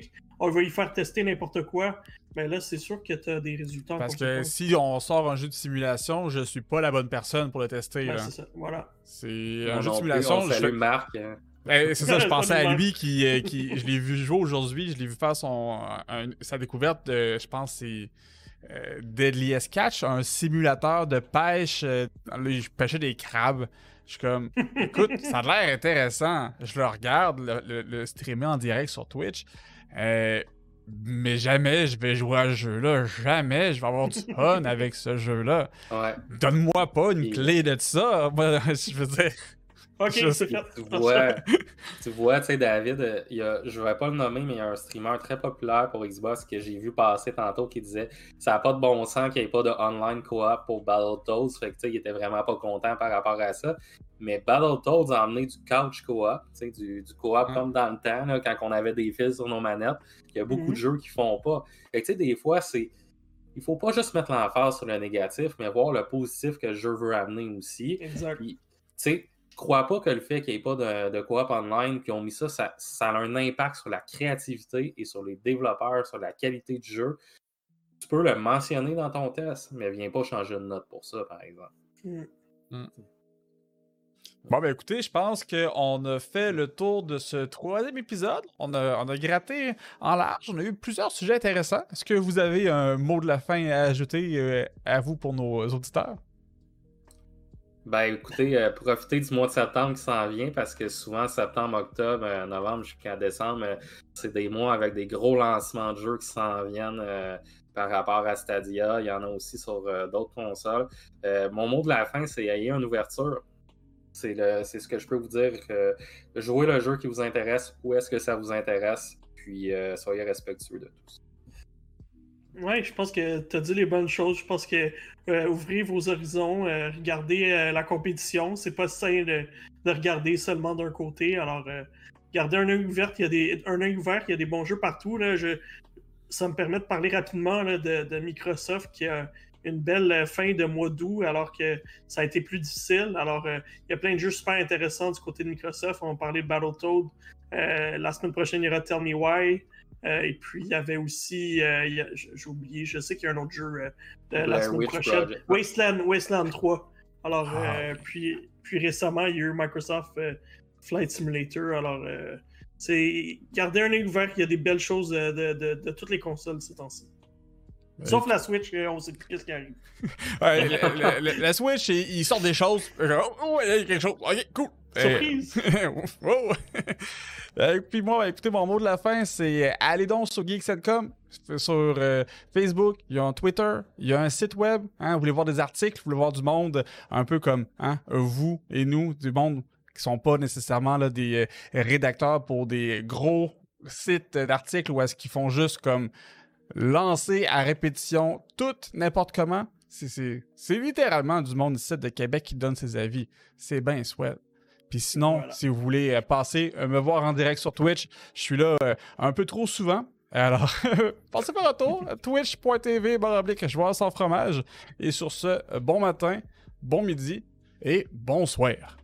on va y faire tester n'importe quoi. Mais là, c'est sûr que tu as des résultats. Parce que si on sort un jeu de simulation, je suis pas la bonne personne pour le tester. Ben, là. c'est ça, voilà. C'est un Moi jeu de non simulation. plus, on je salue fais- Marc. hein. Ben, c'est ça, je pensais à Salut, lui qui, euh, qui je l'ai vu jouer aujourd'hui, je l'ai vu faire son un- sa découverte de, je pense c'est euh, Deadliest Catch, un simulateur de pêche. Euh, là, je pêchais des crabes. Je suis comme, écoute, ça a l'air intéressant. Je le regarde, le, le, le streamer en direct sur Twitch. Euh, mais jamais je vais jouer à ce jeu-là. Jamais je vais avoir du fun avec ce jeu-là. Ouais. Donne-moi pas une Et- clé de ça. Moi, je veux dire. Ok, Je c'est sais. fait. Tu vois, tu vois, tu sais, David, euh, il y a, je vais pas le nommer, mais il y a un streamer très populaire pour Xbox que j'ai vu passer tantôt qui disait ça n'a pas de bon sens qu'il n'y ait pas de online co-op pour Battletoads. Fait que tu sais, il était vraiment pas content par rapport à ça. Mais Battletoads a emmené du couch co-op, tu sais, du, du co-op Mm. comme dans le temps, là, quand on avait des fils sur nos manettes. Il y a beaucoup Mhm. de jeux qui font pas. Fait que tu sais, des fois, c'est. Il faut pas juste mettre l'emphase sur le négatif, mais voir le positif que le jeu veut amener aussi. Exact. Puis, tu sais, crois pas que le fait qu'il n'y ait pas de, de coop online, qu'ils ont mis ça, ça, ça a un impact sur la créativité et sur les développeurs, sur la qualité du jeu. Tu peux le mentionner dans ton test, mais viens pas changer de note pour ça, par exemple. Mm. Bon, ben écoutez, je pense qu'on a fait le tour de ce troisième épisode. On a, on a gratté en large. On a eu plusieurs sujets intéressants. Est-ce que vous avez un mot de la fin à ajouter euh, à vous pour nos auditeurs? Ben écoutez, euh, profitez du mois de septembre qui s'en vient parce que souvent septembre, octobre, euh, novembre jusqu'à décembre, euh, c'est des mois avec des gros lancements de jeux qui s'en viennent euh, par rapport à Stadia. Il y en a aussi sur euh, d'autres consoles. Euh, mon mot de la fin, c'est ayez une ouverture. C'est, le, c'est ce que je peux vous dire. Que jouez le jeu qui vous intéresse, où est-ce que ça vous intéresse, puis euh, soyez respectueux de tout ça. Ouais, je pense que tu as dit les bonnes choses. Je pense que euh, ouvrez vos horizons, euh, regardez euh, la compétition. C'est pas sain de, de regarder seulement d'un côté. Alors, euh, gardez un œil ouvert. Il y a des, un œil ouvert. Il y a des bons jeux partout. Là. Je, ça me permet de parler rapidement là, de, de Microsoft qui a une belle fin de mois d'août alors que ça a été plus difficile. Alors, euh, il y a plein de jeux super intéressants du côté de Microsoft. On va parler de Battletoads. Euh, la semaine prochaine, il y aura Tell Me Why. Euh, et puis, il y avait aussi, euh, il y a, j'ai oublié, je sais qu'il y a un autre jeu euh, de la Blair semaine Witch prochaine. Project. Wasteland, Wasteland trois. Alors, Ah, euh, oui. puis, puis récemment, il y a eu Microsoft euh, Flight Simulator. Alors, euh, c'est garder un œil ouvert. Il y a des belles choses de, de, de, de toutes les consoles ces temps-ci. Ouais. Sauf la Switch, euh, on sait plus qu'est-ce qui arrive. Ouais, le- le- le- la Switch, il, il sort des choses. Genre, oh, il y a quelque chose. Ok, cool. Surprise! Euh, oh. Euh, Puis moi, écoutez, mon mot de la fin, c'est euh, allez donc sur Geeks point com, sur euh, Facebook, il y a un Twitter, il y a un site web. Hein, vous voulez voir des articles, vous voulez voir du monde un peu comme hein, vous et nous, du monde qui sont pas nécessairement là, des euh, rédacteurs pour des gros sites d'articles ou est-ce qu'ils font juste comme lancer à répétition tout, n'importe comment. C'est, c'est, c'est littéralement du monde ici de Québec qui donne ses avis. C'est bien souhait. Puis sinon, Voilà. si vous voulez euh, passer, euh, me voir en direct sur Twitch, je suis là euh, un peu trop souvent. Alors, passez par un tour, twitch point t v barre oblique joueur sans fromage. Et sur ce, euh, bon matin, bon midi et bonsoir.